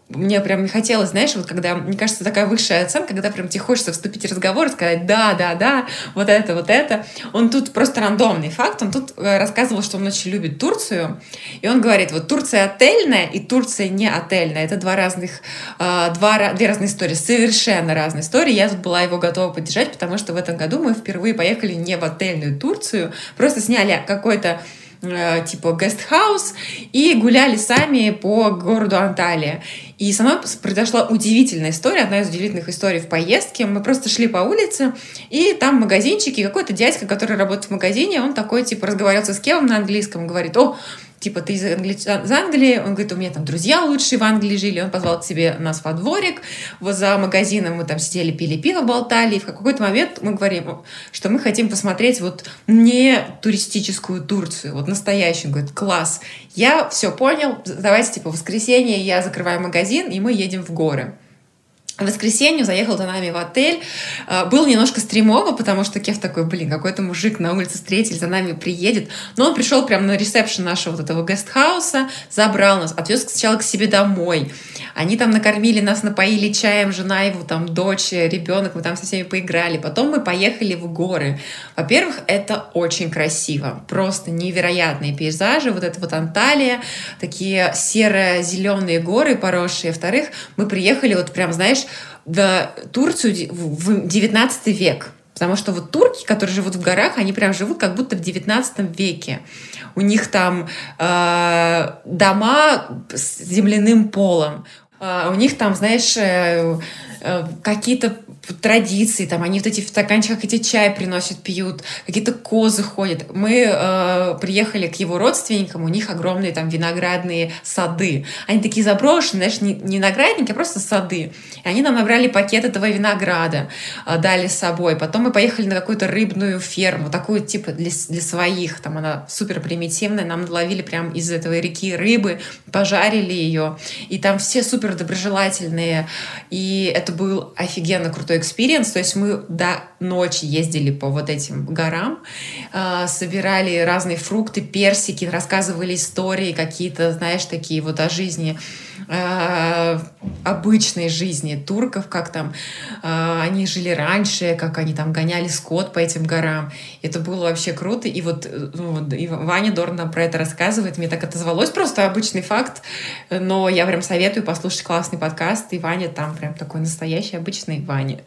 мне прям не хотелось, знаешь, вот когда, мне кажется, такая высшая оценка, когда прям тебе хочется вступить в разговор и сказать да, вот это, вот это. Он тут просто рандомный факт, он тут рассказывал, что он очень любит Турцию, и он говорит, вот Турция отельная и Турция не отельная, это две разные истории, совершенно разные истории. Я тут была его готова поддержать, потому что в этом году мы впервые поехали не в отельную Турцию, просто сняли какой-то типа гестхаус и гуляли сами по городу Анталия. И со мной произошла удивительная история, одна из удивительных историй в поездке. Мы просто шли по улице, и там магазинчики, какой-то дядька, который работает в магазине, он такой, типа, разговаривал с кем на английском, говорит, типа, ты из Англии? Он говорит, у меня там друзья лучшие в Англии жили. Он позвал к себе нас во дворик. Вот за магазином мы там сидели, пили пиво, болтали. И в какой-то момент мы говорим, что мы хотим посмотреть вот не туристическую Турцию, вот настоящую. Он говорит, класс, я все понял, давайте, типа, в воскресенье я закрываю магазин, и мы едем в горы. В воскресенье заехал за нами в отель. Было немножко стримово, потому что Кев такой, какой-то мужик на улице встретили, за нами приедет. Но он пришел прямо на ресепшн нашего вот этого гестхауса, забрал нас, отвез сначала к себе домой. Они там накормили нас, напоили чаем, жена его, там, дочь, ребенок, мы там со всеми поиграли. Потом мы поехали в горы. Во-первых, это очень красиво. Просто невероятные пейзажи. Вот это вот Анталия, такие серо-зеленые горы поросшие. Во-вторых, мы приехали вот прям, знаешь, в Турцию в 19 век. Потому что вот турки, которые живут в горах, они прям живут как будто в 19 веке. У них там дома с земляным полом. У них там, знаешь, какие-то традиции, там они вот эти в стаканчиках эти чай приносят, пьют, какие-то козы ходят. Мы приехали к его родственникам, у них огромные там виноградные сады. Они такие заброшенные, знаешь, не виноградники, а просто сады. И они нам набрали пакет этого винограда, дали с собой. Потом мы поехали на какую-то рыбную ферму, такую типа для своих, там она супер примитивная, нам наловили прям из этого реки рыбы, пожарили ее, и там все супер доброжелательные, и это был офигенно крутой экспириенс, то есть мы до ночи ездили по вот этим горам, собирали разные фрукты, персики, рассказывали истории какие-то, знаешь, такие вот о жизни, обычной жизни турков, как там они жили раньше, как они там гоняли скот по этим горам. Это было вообще круто. И вот и Ваня Дорн нам про это рассказывает. Мне так отозвалось, просто обычный факт, но я прям советую послушать классный подкаст, и Ваня там прям такой настоящий обычный Ваня.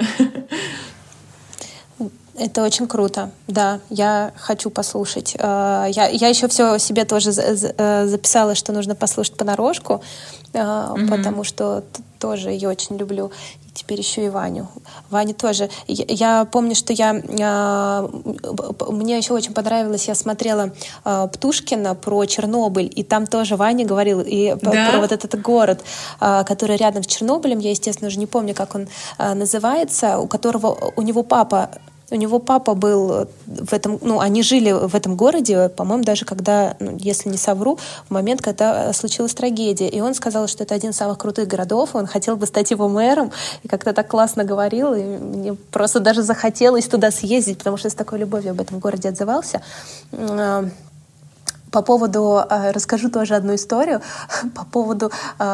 Это очень круто, да, я хочу послушать. Я еще все себе тоже записала, что нужно послушать понарошку, потому что тоже ее очень люблю. И теперь еще и Ваню. Ваня тоже. Я помню, что мне еще очень понравилось, я смотрела Птушкина про Чернобыль, и там тоже Ваня говорил про вот этот город, который рядом с Чернобылем, я, естественно, уже не помню, как он называется, у него папа был в этом, они жили в этом городе, по-моему, даже когда, если не совру, в момент, когда случилась трагедия. И он сказал, что это один из самых крутых городов, и он хотел бы стать его мэром, и как-то так классно говорил, и мне просто даже захотелось туда съездить, потому что с такой любовью об этом городе отзывался. По поводу, расскажу тоже одну историю, по поводу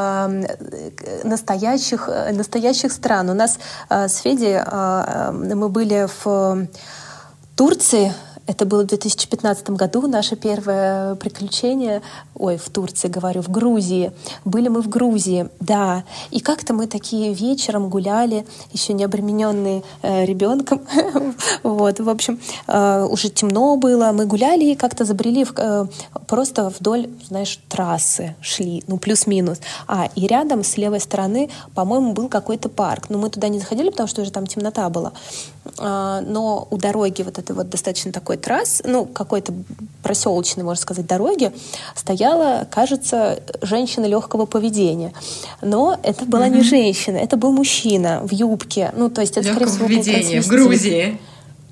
настоящих стран. У нас с Федей мы были в Турции. Это было в 2015 году, наше первое приключение, в Турции, говорю, в Грузии. Были мы в Грузии, да. И как-то мы такие вечером гуляли, еще не обремененные ребенком. Вот, в общем, уже темно было. Мы гуляли и как-то забрели просто вдоль, знаешь, трассы шли, плюс-минус. И рядом с левой стороны, по-моему, был какой-то парк. Но мы туда не заходили, потому что уже там темнота была. Но у дороги вот этой вот достаточно такой трасс, какой-то проселочной, можно сказать, дороги, стояла, кажется, женщина легкого поведения. Но это была не женщина, это был мужчина в юбке. То есть это, скорее всего, был трансвестит. В Грузии.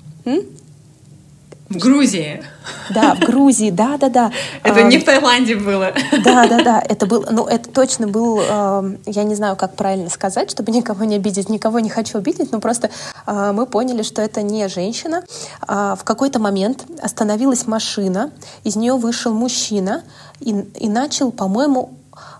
В Грузии. Да, в Грузии, да. Это не в Таиланде было. Да. Это был, это точно был, я не знаю, как правильно сказать, чтобы никого не обидеть, никого не хочу обидеть, но просто мы поняли, что это не женщина. В какой-то момент остановилась машина, из нее вышел мужчина и начал, по-моему,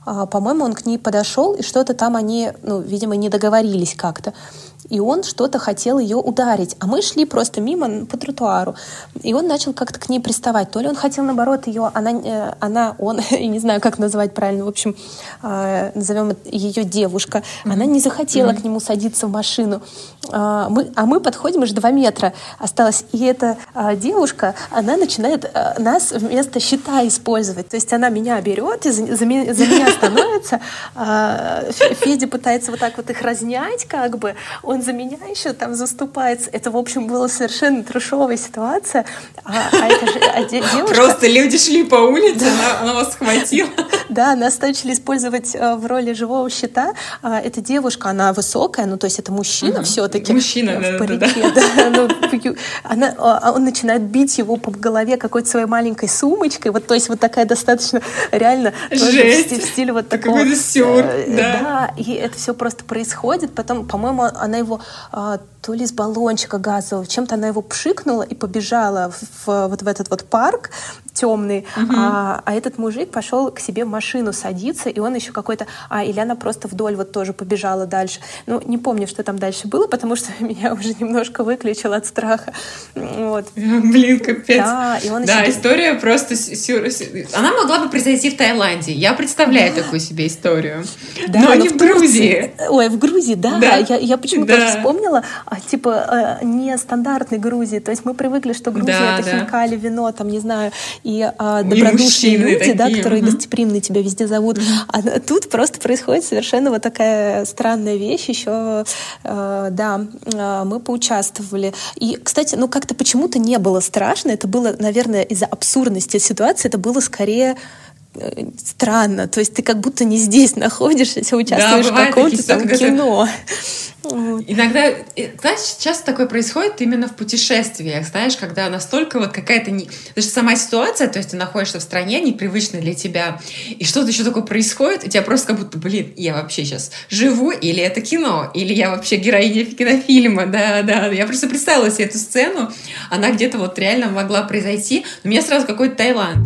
по-моему, он к ней подошел, и что-то там они, видимо, не договорились как-то. И он что-то хотел ее ударить. А мы шли просто мимо по тротуару. И он начал как-то к ней приставать. То ли он хотел, наоборот, ее... Он, я не знаю, как назвать правильно, в общем, назовем ее девушка. Она не захотела к нему садиться в машину. Мы подходим, уже 2 метра осталось. И эта девушка, она начинает нас вместо щита использовать. То есть она меня берет и за меня становится. Федя пытается вот так вот их разнять, как бы. Он за меня еще там заступается. Это, в общем, была совершенно трешовая ситуация. Девушка... Просто люди шли по улице, она вас схватила. Да, нас начали использовать в роли живого щита. Эта девушка, она высокая, то есть это мужчина все-таки. Мужчина, в парике, да. Он начинает бить его по голове какой-то своей маленькой сумочкой. Вот, то есть вот такая достаточно реально жесть. В стиле вот такого. Какой-то сюр, да. И это все просто происходит. Потом, по-моему, она его то ли из баллончика газового, чем-то она его пшикнула и побежала вот в этот вот парк темный, а этот мужик пошел к себе в машину садиться, и он еще какой-то... или она просто вдоль вот тоже побежала дальше. Не помню, что там дальше было, потому что меня уже немножко выключило от страха. Вот. Блин, капец. Да, и он история просто... Она могла бы произойти в Таиланде. Я представляю такую себе историю. Да, но не в Грузии. Ой, в Грузии, да. Я почему-то тоже вспомнила, нестандартной Грузии. То есть мы привыкли, что Грузия — это хинкали, вино, там, не знаю, и добродушные люди, да, которые гостеприимные тебя везде зовут. А тут просто происходит совершенно вот такая странная вещь. Еще, мы поучаствовали. И, кстати, как-то почему-то не было страшно. Это было, наверное, из-за абсурдности ситуации. Это было скорее странно. То есть ты как будто не здесь находишься, участвуешь в каком-то там кино. Иногда, знаешь, часто такое происходит именно в путешествиях, знаешь, когда настолько вот какая-то... Даже сама ситуация, то есть ты находишься в стране, непривычной для тебя, и что-то еще такое происходит, и тебя просто как будто, я вообще сейчас живу, или это кино, или я вообще героиня кинофильма, да, я просто представила себе эту сцену, она где-то вот реально могла произойти, но у меня сразу какой-то Таиланд.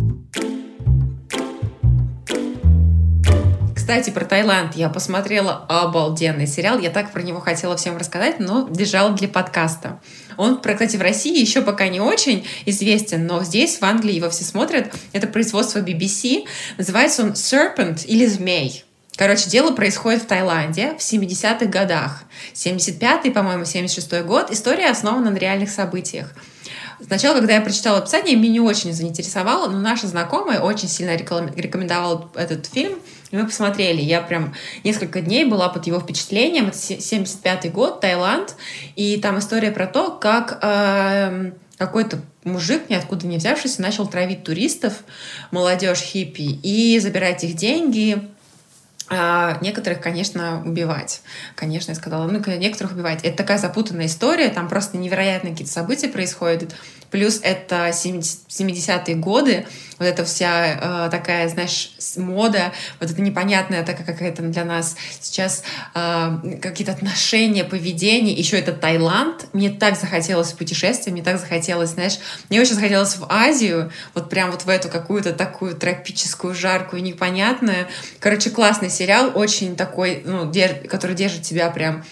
Кстати, про Таиланд я посмотрела обалденный сериал. Я так про него хотела всем рассказать, но держала для подкаста. Он, кстати, в России еще пока не очень известен, но здесь, в Англии, его все смотрят. Это производство BBC. Называется он «Serpent» или «Змей». Короче, дело происходит в Таиланде в 70-х годах. 75-й, по-моему, 76-й год. История основана на реальных событиях. Сначала, когда я прочитала описание, меня не очень заинтересовало, но наша знакомая очень сильно рекомендовала этот фильм, и мы посмотрели. Я прям несколько дней была под его впечатлением. Это 75-й год, Таиланд, и там история про то, как какой-то мужик, ниоткуда не взявшийся, начал травить туристов, молодежь, хиппи, и забирать их деньги. Некоторых, конечно, убивать. Конечно, я сказала, некоторых убивать. Это такая запутанная история, там просто невероятные какие-то события происходят. Плюс это 70-е годы, вот эта вся такая, знаешь, мода, вот это непонятная такая какая-то для нас сейчас какие-то отношения, поведение, еще это Таиланд. Мне так захотелось в путешествие, мне так захотелось, знаешь, мне очень захотелось в Азию, вот прям вот в эту какую-то такую тропическую, жаркую, непонятную. Короче, классный сериал, очень такой, который держит тебя прям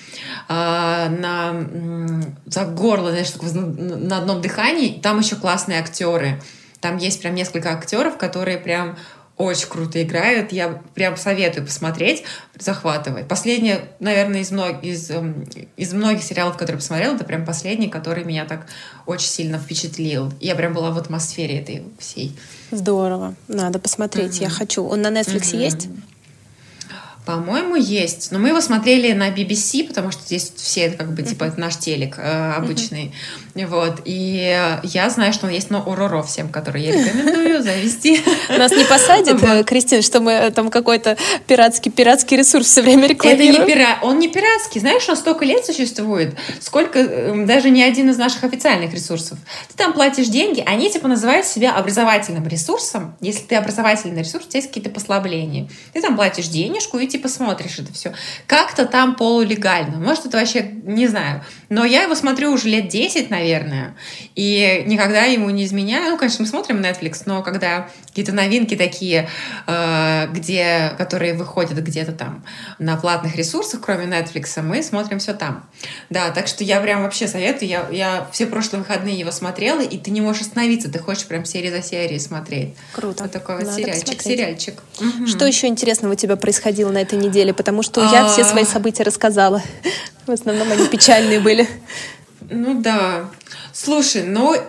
за горло, знаешь, на одном дыхании. Там еще классные актеры. Там есть прям несколько актеров, которые прям очень круто играют. Я прям советую посмотреть. Захватывает. Последний, наверное, из многих сериалов, которые я посмотрела, это прям последний, который меня так очень сильно впечатлил. Я прям была в атмосфере этой всей. Здорово. Надо посмотреть. Я хочу. Он на Netflix есть? По-моему, есть. Но мы его смотрели на BBC, потому что здесь все, как бы, типа, это наш телек обычный. Вот. И я знаю, что он есть на Ороро всем, которые я рекомендую завести. Нас не посадят, Кристина, что мы там какой-то пиратский ресурс все время рекламируем? Он не пиратский. Знаешь, он столько лет существует, сколько даже ни один из наших официальных ресурсов. Ты там платишь деньги, они, типа, называют себя образовательным ресурсом. Если ты образовательный ресурс, у тебя есть какие-то послабления. Ты там платишь денежку и, типа, смотришь это все. Как-то там полулегально. Может, это вообще, не знаю. Но я его смотрю уже лет 10, наверное, наверное. И никогда ему не изменяю. Ну, конечно, мы смотрим Netflix, но когда какие-то новинки такие, которые выходят где-то там на платных ресурсах, кроме Netflix, мы смотрим все там. Да, так что я прям вообще советую. Я все прошлые выходные его смотрела, и ты не можешь остановиться. Ты хочешь прям серию за серией смотреть. Круто. Вот такой вот сериальчик. Что еще интересного у тебя происходило на этой неделе? Потому что я все свои события рассказала. В основном они печальные были. Ну да. Слушай,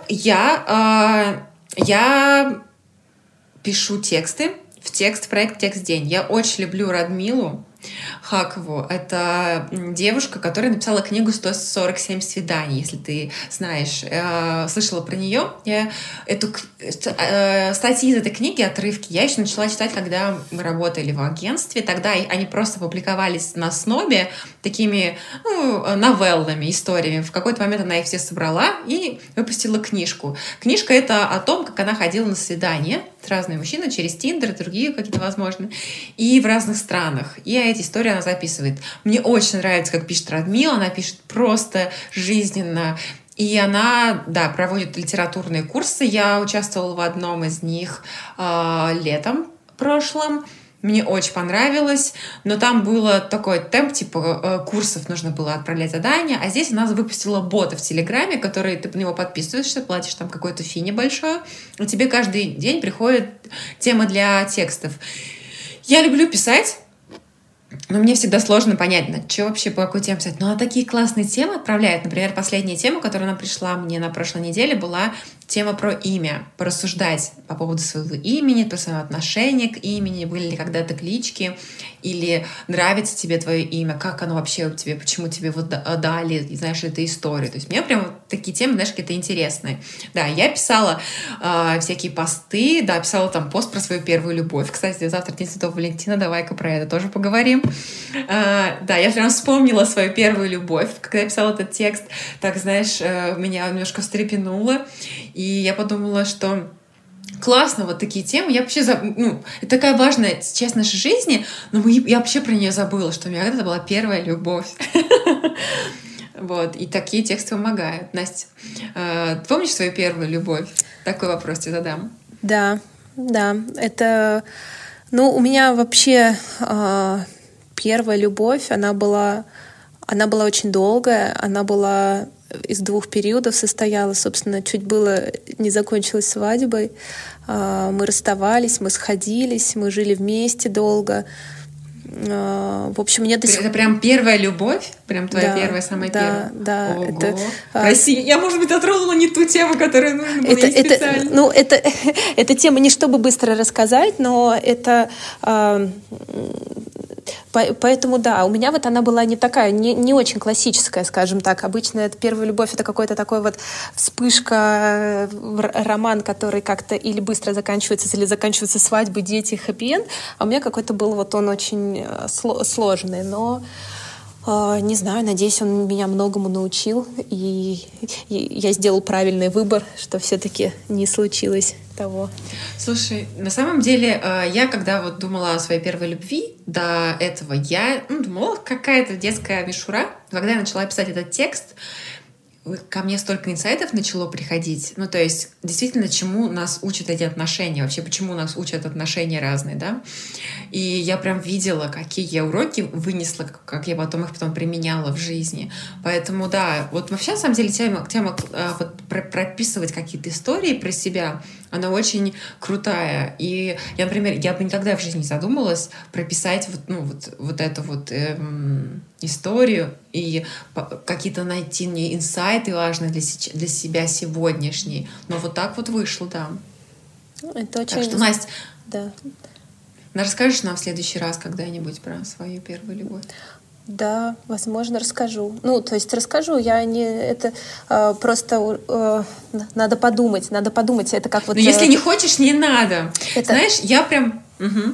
я пишу тексты в проект «Текст День». Я очень люблю Радмилу Хакову. Это девушка, которая написала книгу «147 свиданий», если ты знаешь. Слышала про нее. Статьи из этой книги, отрывки, я еще начала читать, когда мы работали в агентстве. Тогда они просто публиковались на Снобе такими новеллами, историями. В какой-то момент она их все собрала и выпустила книжку. Книжка — это о том, как она ходила на свидания с разными мужчинами через Тиндер, другие какие-то возможные, и в разных странах. И эти истории она записывает. Мне очень нравится, как пишет Радмила. Она пишет просто жизненно. И она, да, проводит литературные курсы. Я участвовала в одном из них летом прошлым. Мне очень понравилось, но там было такой темп, типа курсов нужно было отправлять задания, а здесь она выпустила бота в Телеграме, который ты на него подписываешься, платишь там какое-то фи небольшое, и тебе каждый день приходит тема для текстов. Я люблю писать, но мне всегда сложно понять, что вообще, по какой теме писать. Но она такие классные темы отправляет. Например, последняя тема, которая она пришла мне на прошлой неделе, была тема про имя. Порассуждать по поводу своего имени, по своему отношению к имени. Были ли когда-то клички? Или нравится тебе твое имя? Как оно вообще у тебя? Почему тебе вот дали? И знаешь, эту историю. То есть мне прям вот такие темы, знаешь, какие-то интересные. Да, я писала всякие посты. Да, писала там пост про свою первую любовь. Кстати, завтра День Святого Валентина. Давай-ка про это тоже поговорим. Да, я прям вспомнила свою первую любовь, когда я писала этот текст. Так, знаешь, меня немножко встрепенуло. И я подумала, что классно, вот такие темы. Я вообще это такая важная часть нашей жизни, но я вообще про нее забыла, что у меня когда-то была первая любовь. Вот, и такие тексты помогают. Настя, помнишь свою первую любовь? Такой вопрос тебе задам. Да, это... у меня вообще первая любовь, она была очень долгая, она была из 2 периодов состояла, собственно, чуть было не закончилась свадьбой. Мы расставались, мы сходились, мы жили вместе долго. В общем, мне Это прям первая любовь? Прям твоя первая, самая первая? Да. Ого. Прости, я, может быть, затронула не ту тему, которую нужно было специально. Эта тема не чтобы быстро рассказать, но это... Поэтому, да, у меня вот она была не такая, не очень классическая, скажем так. Обычно это первая любовь — это какой-то такой вот вспышка, роман, который как-то или быстро заканчивается, или заканчивается свадьбы, дети, хэппи-энд. А у меня какой-то был вот он очень сложный, но... Не знаю, надеюсь, он меня многому научил, и я сделал правильный выбор, что все-таки не случилось того. Слушай, на самом деле, я когда вот думала о своей первой любви, до этого я думала, какая-то детская мишура. Когда я начала писать этот текст, ко мне столько инсайтов начало приходить. То есть, действительно, чему нас учат эти отношения? Вообще, почему нас учат отношения разные, да? И я прям видела, какие я уроки вынесла, как я потом их применяла в жизни. Поэтому, да, вот вообще, на самом деле, тема вот, прописывать какие-то истории про себя, она очень крутая. И я, например, я бы никогда в жизни не задумалась прописать вот эту вот историю и какие-то найти мне инсайты важные для себя сегодняшние. Но вот так вот вышло, да. Это очень... Так что, Настя, да. Расскажешь нам в следующий раз когда-нибудь про свою первую любовь? Да, возможно, расскажу. То есть расскажу, я не... Это просто надо подумать. Это как вот... Но если не хочешь, не надо. Знаешь, я прям...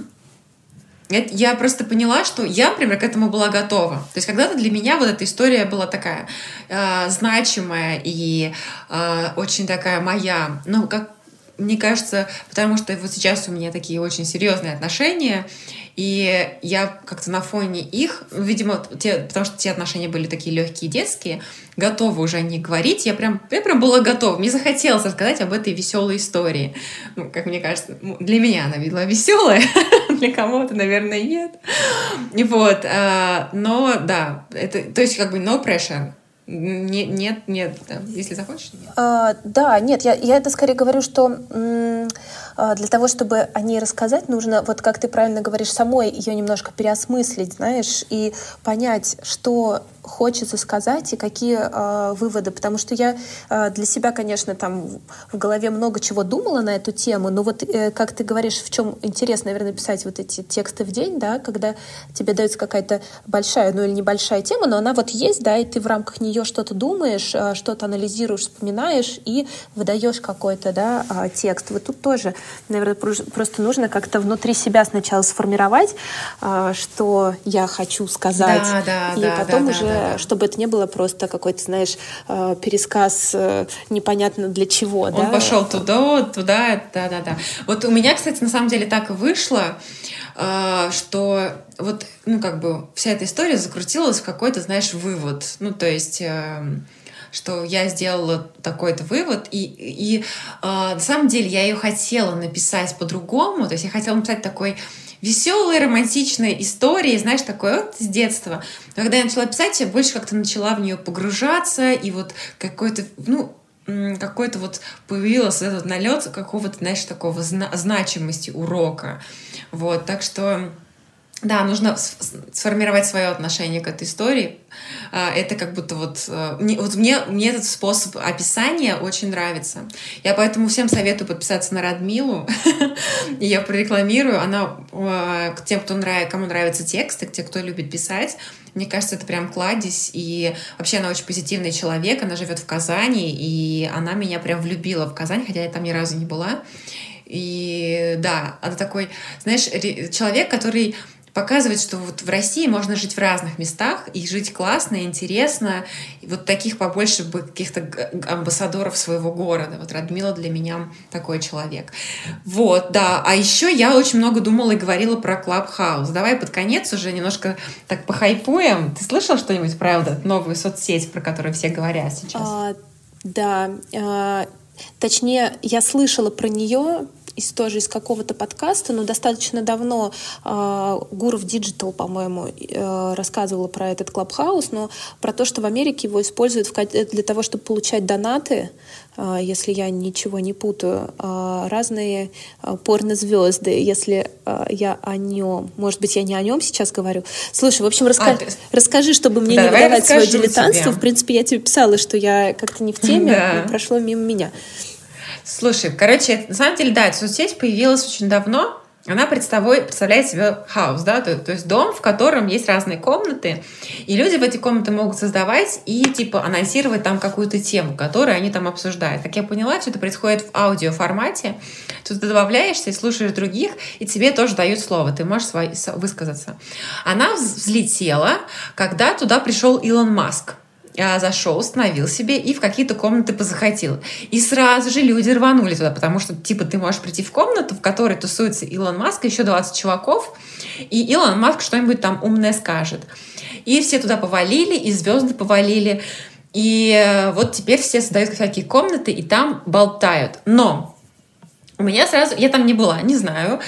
Я просто поняла, что я, например, к этому была готова. То есть когда-то для меня вот эта история была такая значимая и очень такая моя. Как мне кажется, потому что вот сейчас у меня такие очень серьезные отношения, И я как-то на фоне их, видимо, потому что те отношения были такие легкие, детские, готова уже о них говорить. Я прям была готова. Мне захотелось рассказать об этой веселой истории. Ну, как мне кажется, для меня она была веселая, для кого-то, наверное, нет. И вот, но да, это, то есть как бы no pressure. Нет, да. Если захочешь, нет. Да, нет, я это скорее говорю, что для того, чтобы о ней рассказать, нужно, вот как ты правильно говоришь, самой ее немножко переосмыслить, знаешь, и понять, что хочется сказать и какие выводы, потому что я для себя, конечно, там в голове много чего думала на эту тему, но вот как ты говоришь, в чем интересно, наверное, писать вот эти тексты в день, да, когда тебе дается какая-то большая, ну или небольшая тема, но она вот есть, да, и ты в рамках нее что-то думаешь, что-то анализируешь, вспоминаешь и выдаешь какой-то, да, текст. Вот тут тоже, наверное, просто нужно как-то внутри себя сначала сформировать, что я хочу сказать, и потом уже, чтобы это не было просто какой-то, знаешь, пересказ непонятно для чего. Он пошел туда, да. Вот у меня, кстати, на самом деле так и вышло, что вот, ну, как бы вся эта история закрутилась в какой-то, знаешь, вывод. Ну, то есть, что я сделала такой-то вывод, и на самом деле я ее хотела написать по-другому, то есть я хотела написать такой веселой, романтичной истории, знаешь, такой вот с детства. Но когда я начала писать, я больше как-то начала в нее погружаться, и вот какой-то вот появился этот налет какого-то, знаешь, такого значимости урока. Вот, так что да, нужно сформировать свое отношение к этой истории. Это как будто мне этот способ описания очень нравится. Я поэтому всем советую подписаться на Радмилу. Я прорекламирую. Она тем, кому нравятся тексты, те, кто любит писать. Мне кажется, это прям кладезь. И вообще она очень позитивный человек. Она живет в Казани, и она меня прям влюбила в Казань, хотя я там ни разу не была. И да, она такой, знаешь, человек, который показывает, что вот в России можно жить в разных местах и жить классно, интересно. И вот таких побольше бы каких-то амбассадоров своего города. Вот Радмила для меня такой человек. Вот, да. А еще я очень много думала и говорила про Clubhouse. Давай под конец уже немножко так похайпуем. Ты слышала что-нибудь про эту новую соцсеть, про которую все говорят сейчас? Да. Точнее, я слышала про нее тоже из какого-то подкаста, но достаточно давно Гуров Digital, по-моему, рассказывала про этот Clubhouse, но про то, что в Америке его используют для того, чтобы получать донаты, если я ничего не путаю, разные порнозвезды, если я о нем, может быть, я не о нем сейчас говорю. Слушай, в общем, расскажи, чтобы мне не выдавать свое дилетантство. В принципе, я тебе писала, что я как-то не в теме, но прошло мимо меня. Слушай, короче, на самом деле, да, эта соцсеть появилась очень давно. Она представляет себе хаус, да, то есть дом, в котором есть разные комнаты, и люди в эти комнаты могут создавать и, типа, анонсировать там какую-то тему, которую они там обсуждают. Как я поняла, все это происходит в аудиоформате. Тут ты добавляешься и слушаешь других, и тебе тоже дают слово, ты можешь высказаться. Она взлетела, когда туда пришел Илон Маск. Зашел, установил себе и в какие-то комнаты позаходил. И сразу же люди рванули туда, потому что, типа, ты можешь прийти в комнату, в которой тусуется Илон Маск, еще 20 чуваков, и Илон Маск что-нибудь там умное скажет. И все туда повалили, и звезды повалили. И вот теперь все создают всякие комнаты, и там болтают. Но у меня сразу... Я там не была, не знаю.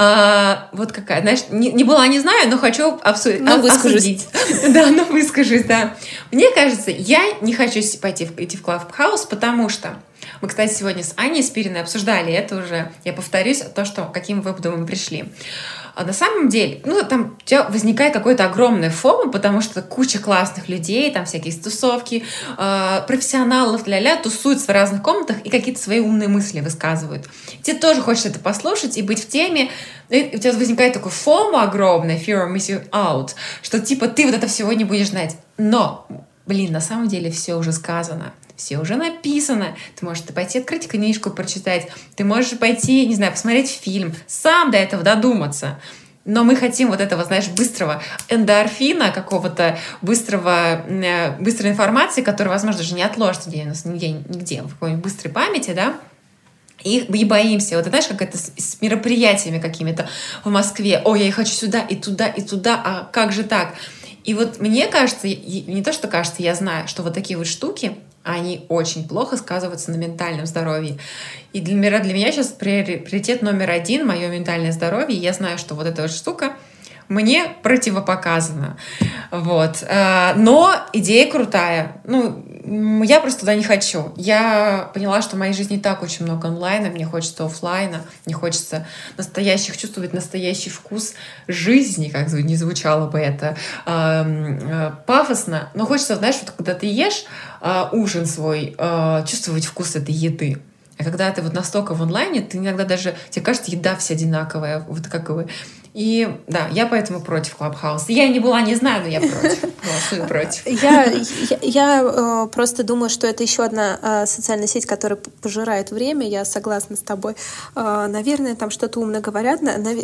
Вот какая, знаешь, не была, не знаю, но хочу обсудить. Да, но выскажусь, да. Мне кажется, я не хочу идти в Clubhouse, потому что мы, кстати, сегодня с Аней Спириной обсуждали это уже. Я повторюсь, к каким выводам мы пришли. А на самом деле, там у тебя возникает какое-то огромное фомо, потому что куча классных людей, там всякие тусовки, профессионалов, тусуются в разных комнатах и какие-то свои умные мысли высказывают. Тебе тоже хочется это послушать и быть в теме. И у тебя возникает такой фомо огромное, fear of missing out, что типа ты вот это всего не будешь знать. Но, на самом деле все уже сказано. Все уже написано. Ты можешь пойти открыть книжку, прочитать. Ты можешь пойти, не знаю, посмотреть фильм. Сам до этого додуматься. Но мы хотим вот этого, знаешь, быстрого эндорфина, какого-то быстрой информации, которая, возможно, даже не отложится нигде в какой-нибудь быстрой памяти, да? И боимся. Вот знаешь, как это с мероприятиями какими-то в Москве. Ой, я хочу сюда, и туда, и туда, а как же так? И вот мне кажется, не то, что кажется, я знаю, что вот такие вот штуки, они очень плохо сказываются на ментальном здоровье. И для меня сейчас приоритет номер один — мое ментальное здоровье. И я знаю, что вот эта вот штука мне противопоказано. Вот. Но идея крутая. Я просто туда не хочу. Я поняла, что в моей жизни и так очень много онлайна, мне хочется офлайна, мне хочется чувствовать настоящий вкус жизни, как не звучало бы это пафосно. Но хочется, знаешь, вот когда ты ешь ужин свой, чувствовать вкус этой еды. А когда ты вот настолько в онлайне, ты иногда даже, тебе кажется, еда вся одинаковая. Вот как вы. И да, я поэтому против Clubhouse. Я не была, не знаю, но я против. Голосую против. Я просто думаю, что это еще одна социальная сеть, которая пожирает время. Я согласна с тобой. Наверное, там что-то умно говорят.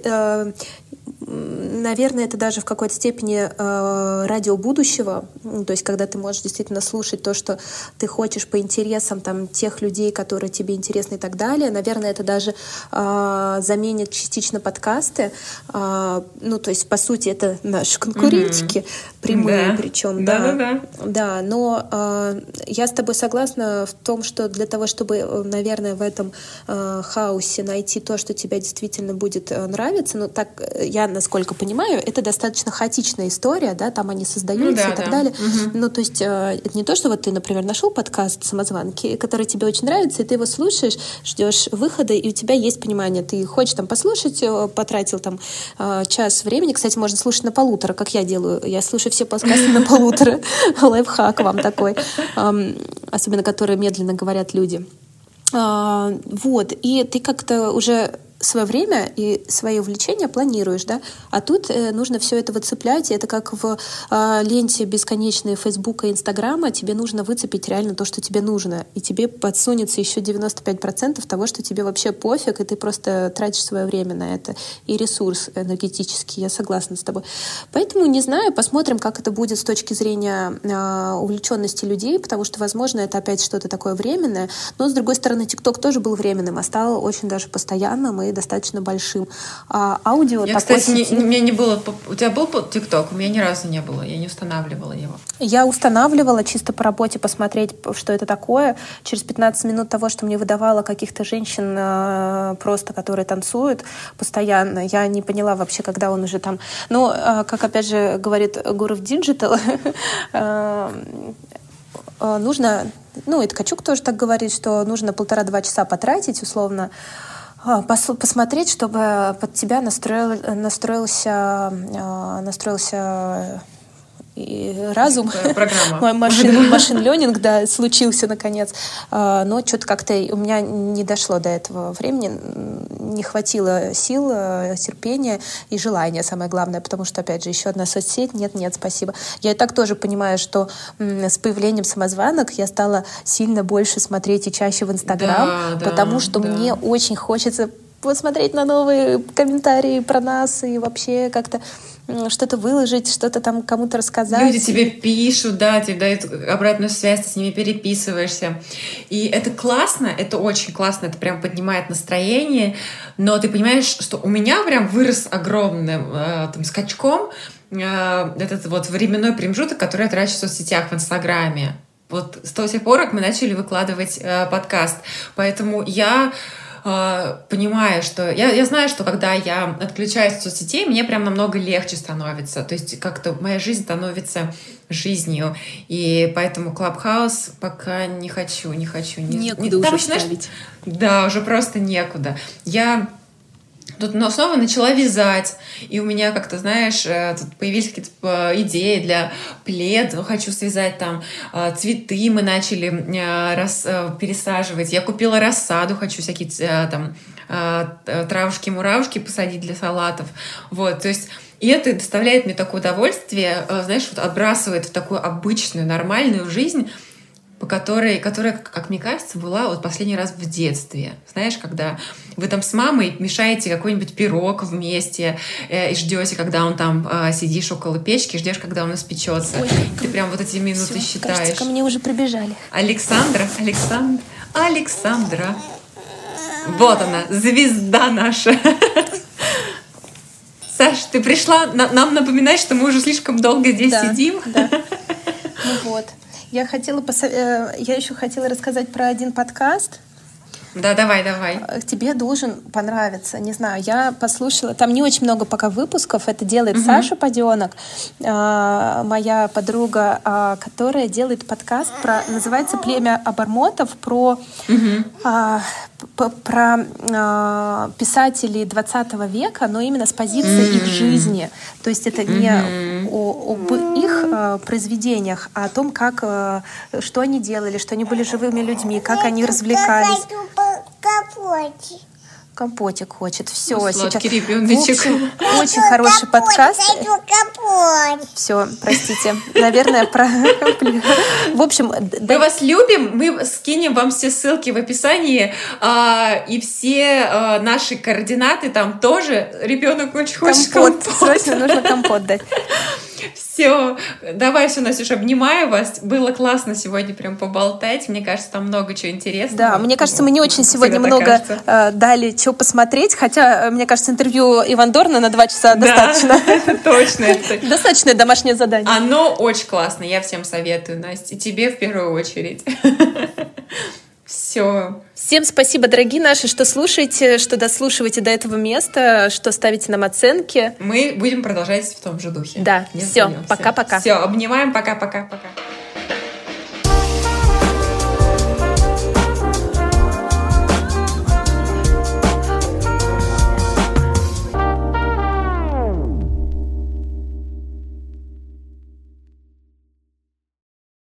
Наверное, это даже в какой-то степени радио будущего. То есть, когда ты можешь действительно слушать то, что ты хочешь по интересам там, тех людей, которые тебе интересны и так далее. Наверное, это даже заменит частично подкасты. То есть, по сути, это наши конкурентики, прямые, да. Причем. Да, но я с тобой согласна в том, что для того, чтобы, наверное, в этом хаосе найти то, что тебе действительно будет нравиться, так я, насколько понимаю, это достаточно хаотичная история, да, там они создаются и так далее. Угу. То есть это не то, что вот ты, например, нашел подкаст «Самозванки», который тебе очень нравится, и ты его слушаешь, ждешь выхода, и у тебя есть понимание, ты хочешь там послушать, потратил там час времени. Кстати, можно слушать на 1,5, как я делаю. Я слушаю все подкасты на 1,5. Лайфхак вам такой. Особенно, которые медленно говорят люди. Вот. И ты как-то уже свое время и свои увлечения планируешь, да? А тут нужно все это выцеплять. И это как в ленте бесконечной Фейсбука и Инстаграма. Тебе нужно выцепить реально то, что тебе нужно. И тебе подсунется еще 95% того, что тебе вообще пофиг, и ты просто тратишь свое время на это. И ресурс энергетический. Я согласна с тобой. Поэтому, не знаю, посмотрим, как это будет с точки зрения увлеченности людей, потому что, возможно, это опять что-то такое временное. Но, с другой стороны, ТикТок тоже был временным, а стал очень даже постоянным и достаточно большим. Аудио... Я, кстати, у меня не было... У тебя был ТикТок? У меня ни разу не было. Я не устанавливала его. Я устанавливала чисто по работе посмотреть, что это такое. Через 15 минут того, что мне выдавало каких-то женщин просто, которые танцуют постоянно, я не поняла вообще, когда он уже там... как опять же говорит Гуров Диджитал, нужно... и Ткачук тоже так говорит, что нужно 1,5-2 часа потратить, условно, посмотреть, чтобы под тебя настроился и разум. Машин-ленинг, да, случился наконец. Но что-то как-то у меня не дошло до этого времени. Не хватило сил, терпения и желания, самое главное. Потому что, опять же, еще одна соцсеть. Нет, спасибо. Я и так тоже понимаю, что с появлением самозванок я стала сильно больше смотреть и чаще в Инстаграм, потому что мне очень хочется посмотреть на новые комментарии про нас и вообще как-то что-то выложить, что-то там кому-то рассказать. Люди тебе пишут, да, тебе дают обратную связь, ты с ними переписываешься. И это классно, это очень классно, это прям поднимает настроение. Но ты понимаешь, что у меня прям вырос огромным скачком этот вот временной промежуток, который я трачу в соцсетях, в Инстаграме. Вот с того пор, как мы начали выкладывать подкаст. Поэтому я понимаю, что... Я знаю, что когда я отключаюсь от соцсетей, мне прям намного легче становится. То есть как-то моя жизнь становится жизнью. И поэтому Clubhouse пока не хочу. Некуда уже вставить. Да, уже просто некуда. Я тут снова начала вязать, и у меня как-то, знаешь, тут появились какие-то идеи для плед, хочу связать там цветы, мы начали пересаживать, я купила рассаду, хочу всякие там травушки-муравушки посадить для салатов, вот, то есть и это доставляет мне такое удовольствие, знаешь, вот отбрасывает в такую обычную, нормальную жизнь, которая, как мне кажется, была вот последний раз в детстве. Знаешь, когда вы там с мамой мешаете какой-нибудь пирог вместе и ждете, когда он там сидишь около печки, ждешь, когда он испечется. Ой, ты прям вот эти минуты считаешь. Кажется, ко мне уже прибежали. Александра. Вот она, звезда наша. Саш, ты пришла нам напоминать, что мы уже слишком долго здесь сидим. Да. Ну вот. Я еще хотела рассказать про один подкаст. Да, давай. Тебе должен понравиться. Не знаю, я послушала. Там не очень много пока выпусков. Это делает Саша Поденок, моя подруга, которая делает подкаст называется «Племя обормотов», про писателей 20 века, но именно с позиции их жизни. То есть это не об их произведениях, а о том, что они делали, что они были живыми людьми, как они развлекались. Компотик хочет. Все, сладкий сейчас. ребеночек. В общем, очень хороший подкаст. Все, простите. Наверное, про... В общем... Мы вас любим. Мы скинем вам все ссылки в описании. И все наши координаты там тоже. Ребенок очень хочет компот. Срочно нужно компот дать. Все, давай, все, Настюша, обнимаю вас. Было классно сегодня прям поболтать. Мне кажется, там много чего интересного. Да, мне кажется, мы не очень сегодня много дали чего посмотреть, хотя, мне кажется, интервью Иван Дорна на 2 часа достаточно. Это точно. Достаточное домашнее задание. Оно очень классно, я всем советую, Настя, и тебе в первую очередь. Все. Всем спасибо, дорогие наши, что слушаете, что дослушиваете до этого места, что ставите нам оценки. Мы будем продолжать в том же духе. Да, все, пока-пока. Все, обнимаем, пока-пока-пока.